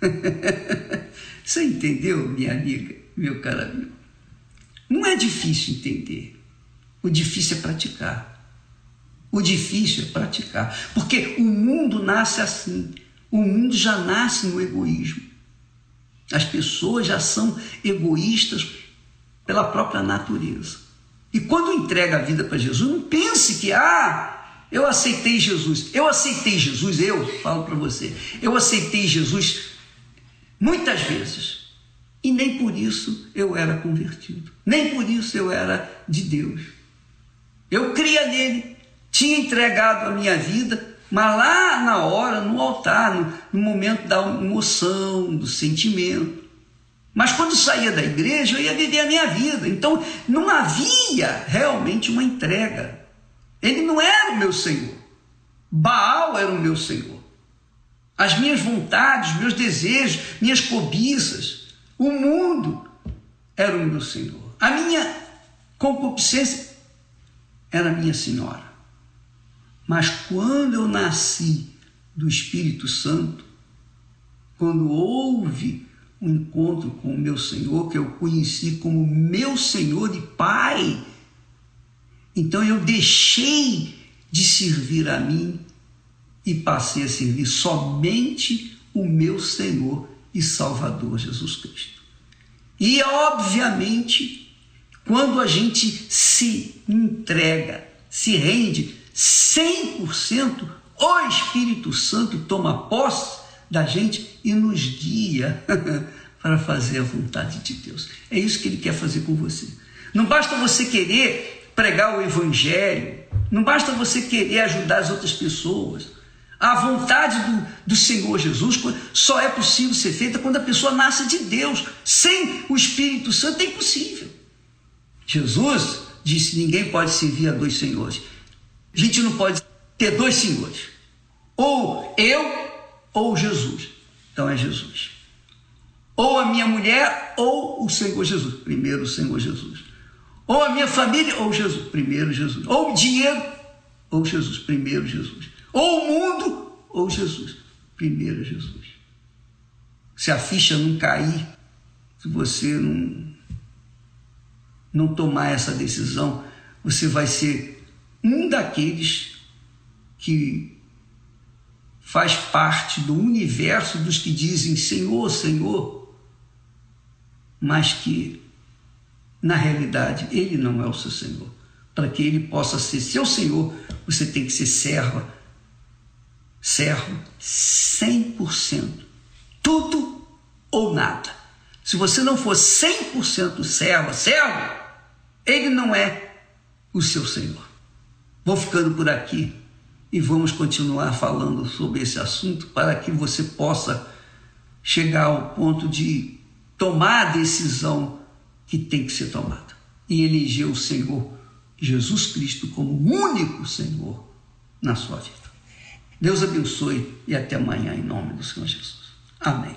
Você entendeu, minha amiga, meu caro amigo? Não é difícil entender. O difícil é praticar. O difícil é praticar. Porque o mundo nasce assim. O mundo já nasce no egoísmo. As pessoas já são egoístas pela própria natureza. E quando entrega a vida para Jesus, não pense que, ah, eu aceitei Jesus. Eu aceitei Jesus, eu falo para você, eu aceitei Jesus muitas vezes. E nem por isso eu era convertido. Nem por isso eu era de Deus. Eu cria nele, tinha entregado a minha vida, mas lá na hora, no altar, no, no momento da emoção, do sentimento. Mas quando saía da igreja, eu ia viver a minha vida. Então, não havia realmente uma entrega. Ele não era o meu Senhor. Baal era o meu Senhor. As minhas vontades, meus desejos, minhas cobiças, o mundo era o meu Senhor. A minha concupiscência era a minha senhora. Mas quando eu nasci do Espírito Santo, quando houve um encontro com o meu Senhor, que eu conheci como meu Senhor e Pai, então eu deixei de servir a mim e passei a servir somente o meu Senhor e Salvador Jesus Cristo. E obviamente, quando a gente se entrega, se rende cem por cento, o Espírito Santo toma posse da gente e nos guia para fazer a vontade de Deus. É isso que Ele quer fazer com você. Não basta você querer pregar o Evangelho, não basta você querer ajudar as outras pessoas. A vontade do, do Senhor Jesus só é possível ser feita quando a pessoa nasce de Deus. Sem o Espírito Santo é impossível. Jesus disse: ninguém pode servir a dois senhores. A gente não pode ter dois senhores. Ou eu, ou Jesus. Então é Jesus. Ou a minha mulher, ou o Senhor Jesus. Primeiro o Senhor Jesus. Ou a minha família, ou Jesus. Primeiro Jesus. Ou o dinheiro, ou Jesus. Primeiro Jesus. Ou o mundo, ou Jesus. Primeiro Jesus. Se a ficha não cair, se você não, não tomar essa decisão, você vai ser um daqueles que faz parte do universo dos que dizem Senhor, Senhor, mas que, na realidade, Ele não é o seu Senhor. Para que Ele possa ser seu Senhor, você tem que ser serva, servo cem por cento, tudo ou nada. Se você não for cem por cento serva, servo, Ele não é o seu Senhor. Vou ficando por aqui e vamos continuar falando sobre esse assunto para que você possa chegar ao ponto de tomar a decisão que tem que ser tomada e eleger o Senhor Jesus Cristo como o único Senhor na sua vida. Deus abençoe e até amanhã em nome do Senhor Jesus. Amém.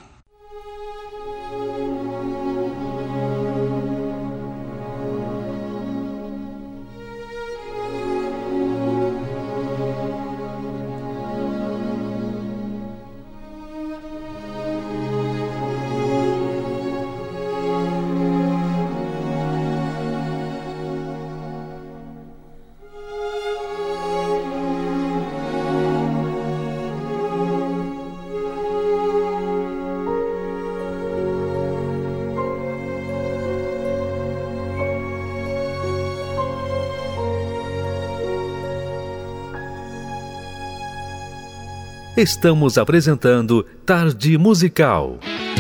Estamos apresentando Tarde Musical.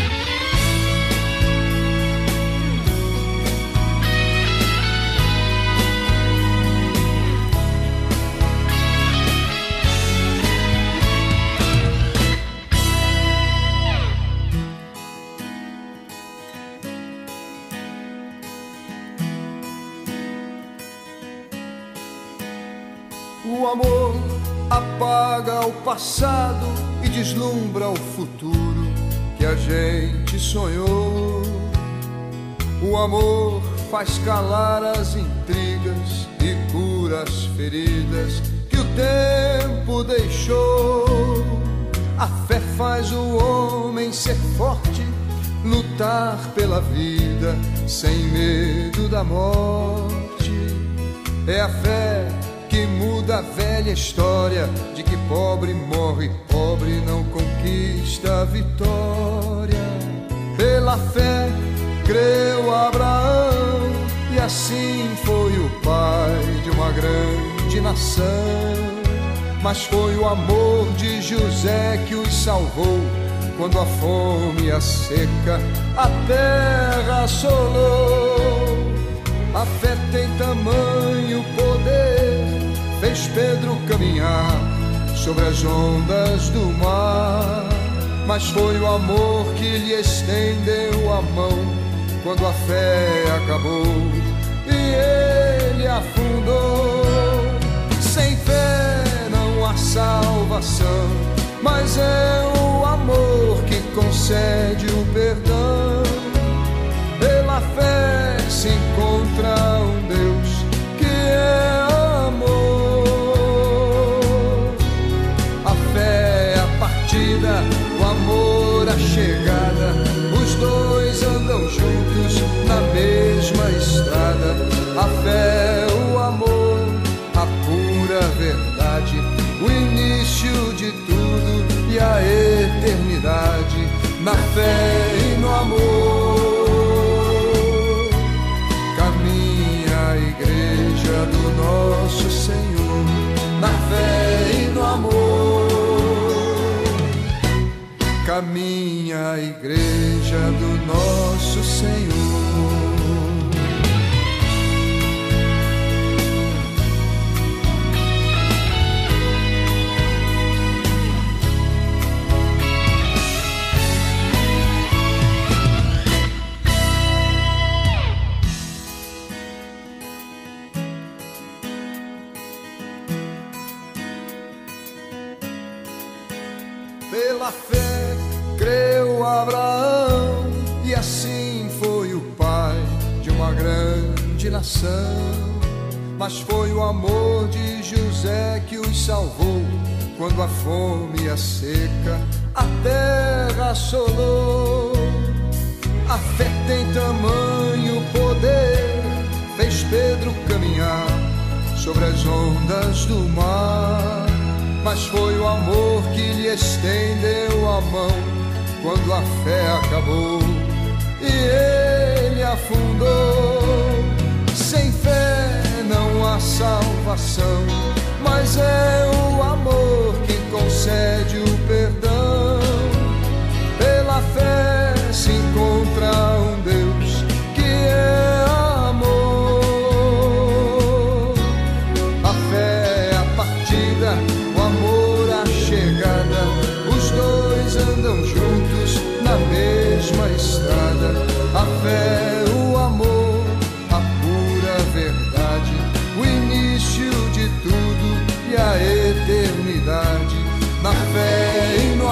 O amor apaga o passado e deslumbra o futuro que a gente sonhou. O amor faz calar as intrigas e cura as feridas que o tempo deixou. A fé faz o homem ser forte, lutar pela vida sem medo da morte. É a fé que muda a velha história de que pobre morre, pobre não conquista a vitória. Pela fé creu Abraão e assim foi o pai de uma grande nação. Mas foi o amor de José que os salvou quando a fome e a seca a terra assolou. A fé tem tamanho poder, fez Pedro caminhar sobre as ondas do mar. Mas foi o amor que lhe estendeu a mão quando a fé acabou e ele afundou. salvação, mas é o amor que concede o perdão. Pela fé se encontra um Deus que é amor. A fé é a partida, o amor a chegada, os dois andam juntos na mesma estrada. A fé, o amor, a pura verdade, o início de tudo e a eternidade. Na fé e no amor caminha a igreja do nosso Senhor. Na fé e no amor caminha a igreja do nosso Senhor. Pela fé creu Abraão, e assim foi o pai de uma grande nação. Mas foi o amor de José que os salvou, quando a fome e a seca a terra assolou. A fé tem tamanho poder, fez Pedro caminhar sobre as ondas do mar. Mas foi o amor que lhe estendeu a mão quando a fé acabou e ele afundou. Sem fé não há salvação, mas é o amor que concede o perdão. Pela fé se encontra um Deus que é amor. A fé é a partida, o amor a chegada, os dois andam juntos na mesma estrada. A fé, o amor, a pura verdade, o início de tudo e a eternidade. Na fé e no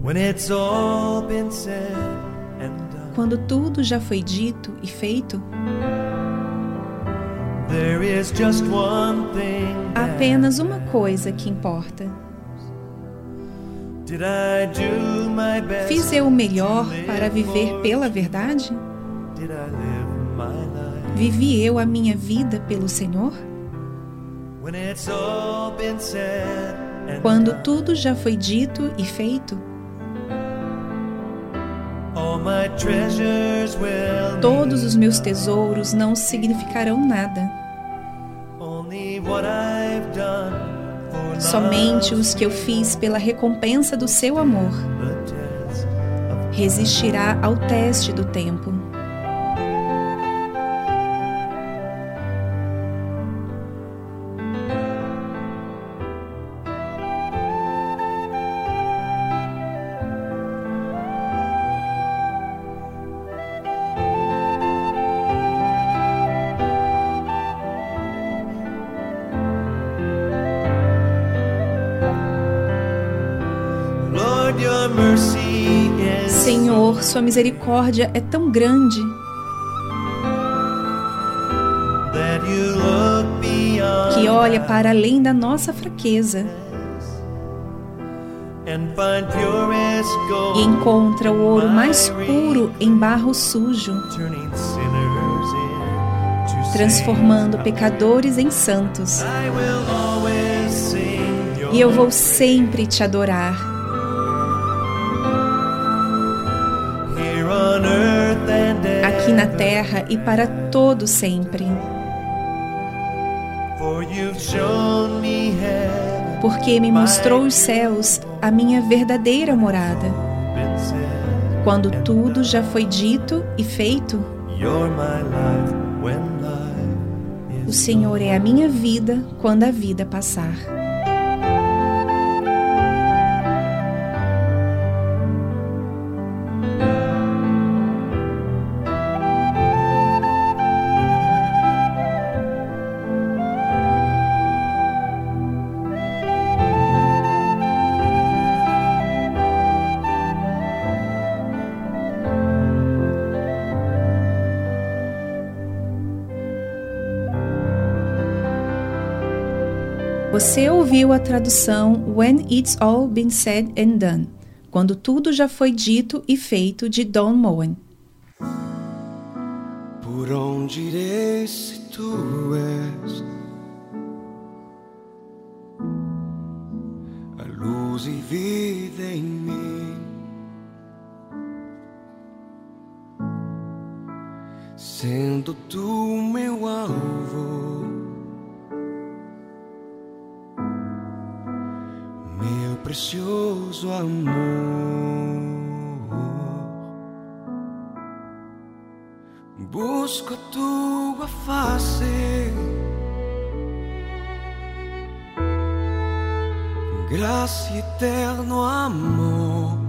Quando tudo já foi dito e feito, há apenas uma coisa que importa. Fiz eu o melhor para viver pela verdade? Vivi eu a minha vida pelo Senhor? Quando tudo já foi dito e feito, todos os meus tesouros não significarão nada. Somente os que eu fiz pela recompensa do seu amor resistirá ao teste do tempo. Senhor, sua misericórdia é tão grande que olha para além da nossa fraqueza e encontra o ouro mais puro em barro sujo, transformando pecadores em santos. E eu vou sempre te adorar. Aqui na terra e para todo sempre. Porque me mostrou os céus, a minha verdadeira morada. Quando tudo já foi dito e feito, o Senhor é a minha vida quando a vida passar. Você ouviu a tradução When It's All Been Said and Done, Quando Tudo Já Foi Dito e Feito, de Don Moen. Por onde irei se tu és a luz e vida em mim? Sendo tu meu alvo, meu precioso amor, busco a tua face, graça e eterno amor,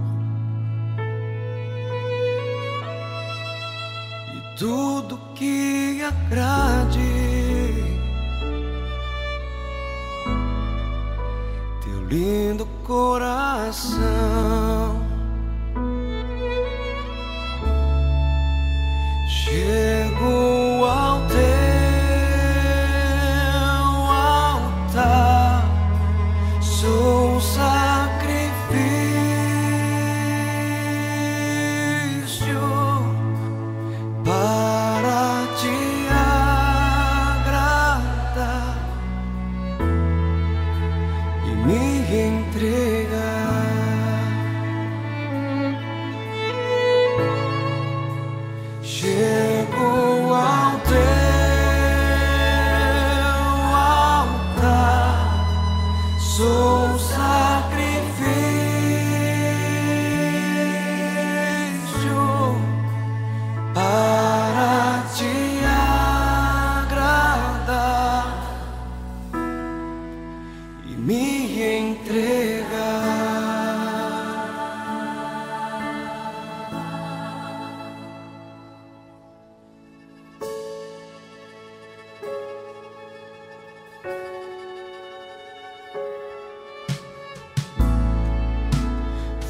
e tudo que agrade lindo coração. Chego ao teu altar, sou um sacrifício para te agradar e me entregar.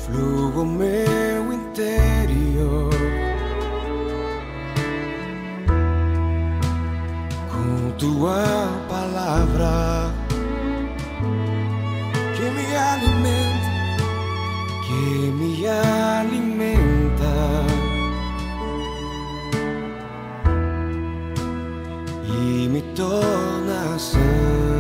flua o meu interior com tua palavra que me alimenta, que me alimenta e me torna santo.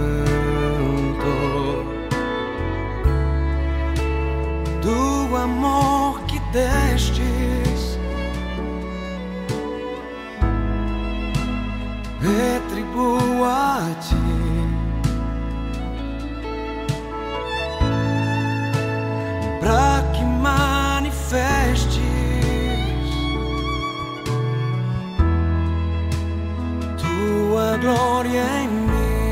Do amor que destes, retribuo a ti. Pra que manifestes tua glória em mim.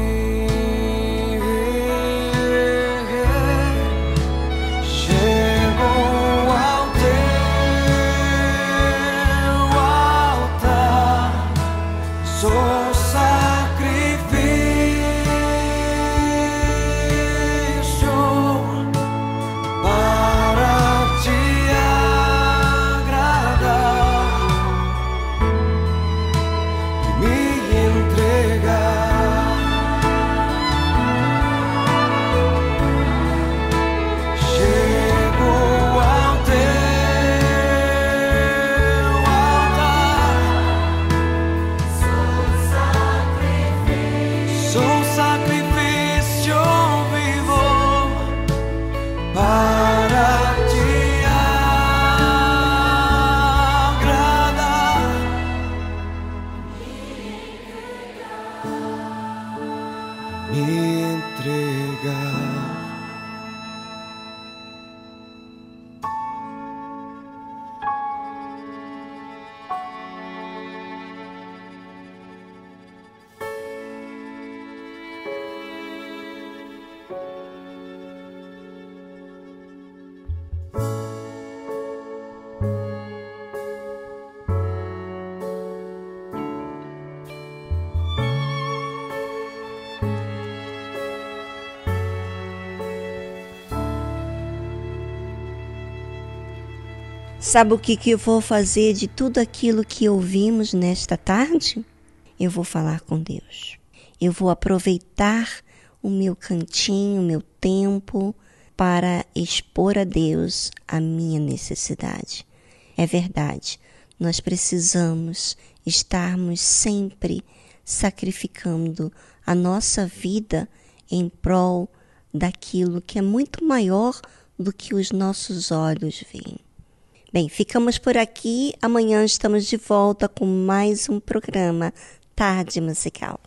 Sabe o que, que eu vou fazer de tudo aquilo que ouvimos nesta tarde? Eu vou falar com Deus. Eu vou aproveitar o meu cantinho, o meu tempo para expor a Deus a minha necessidade. É verdade, nós precisamos estarmos sempre sacrificando a nossa vida em prol daquilo que é muito maior do que os nossos olhos veem. Bem, ficamos por aqui. Amanhã estamos de volta com mais um programa Tarde Musical.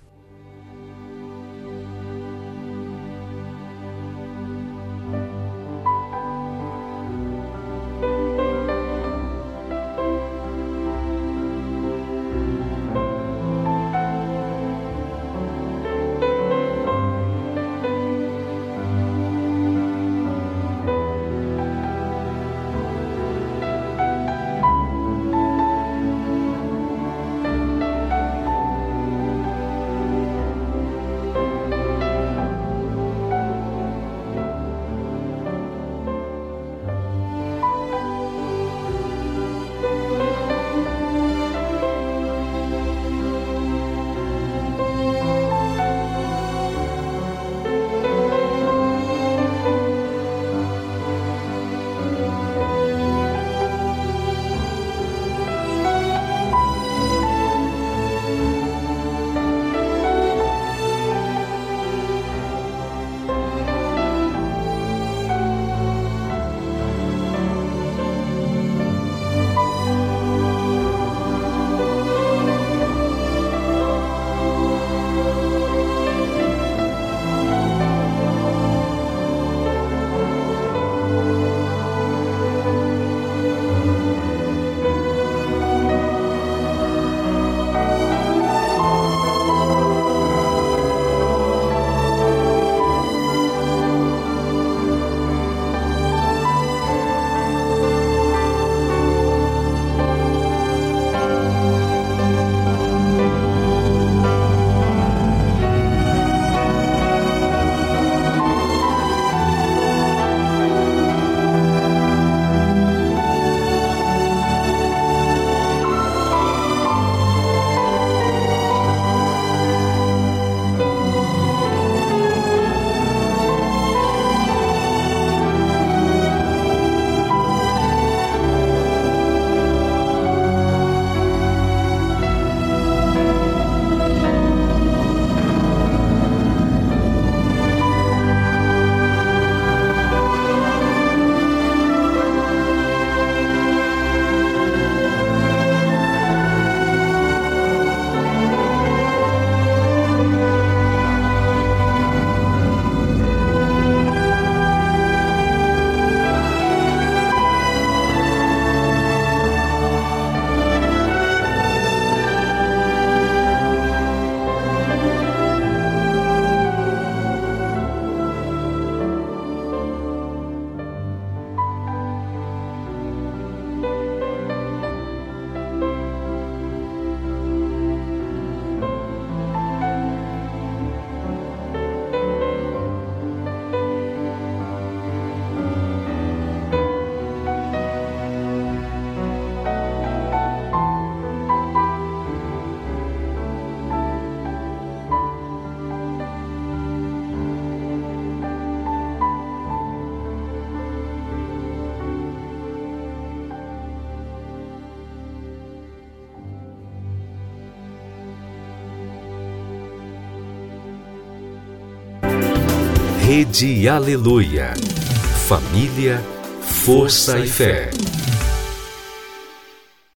Rede Aleluia. Família, força e fé.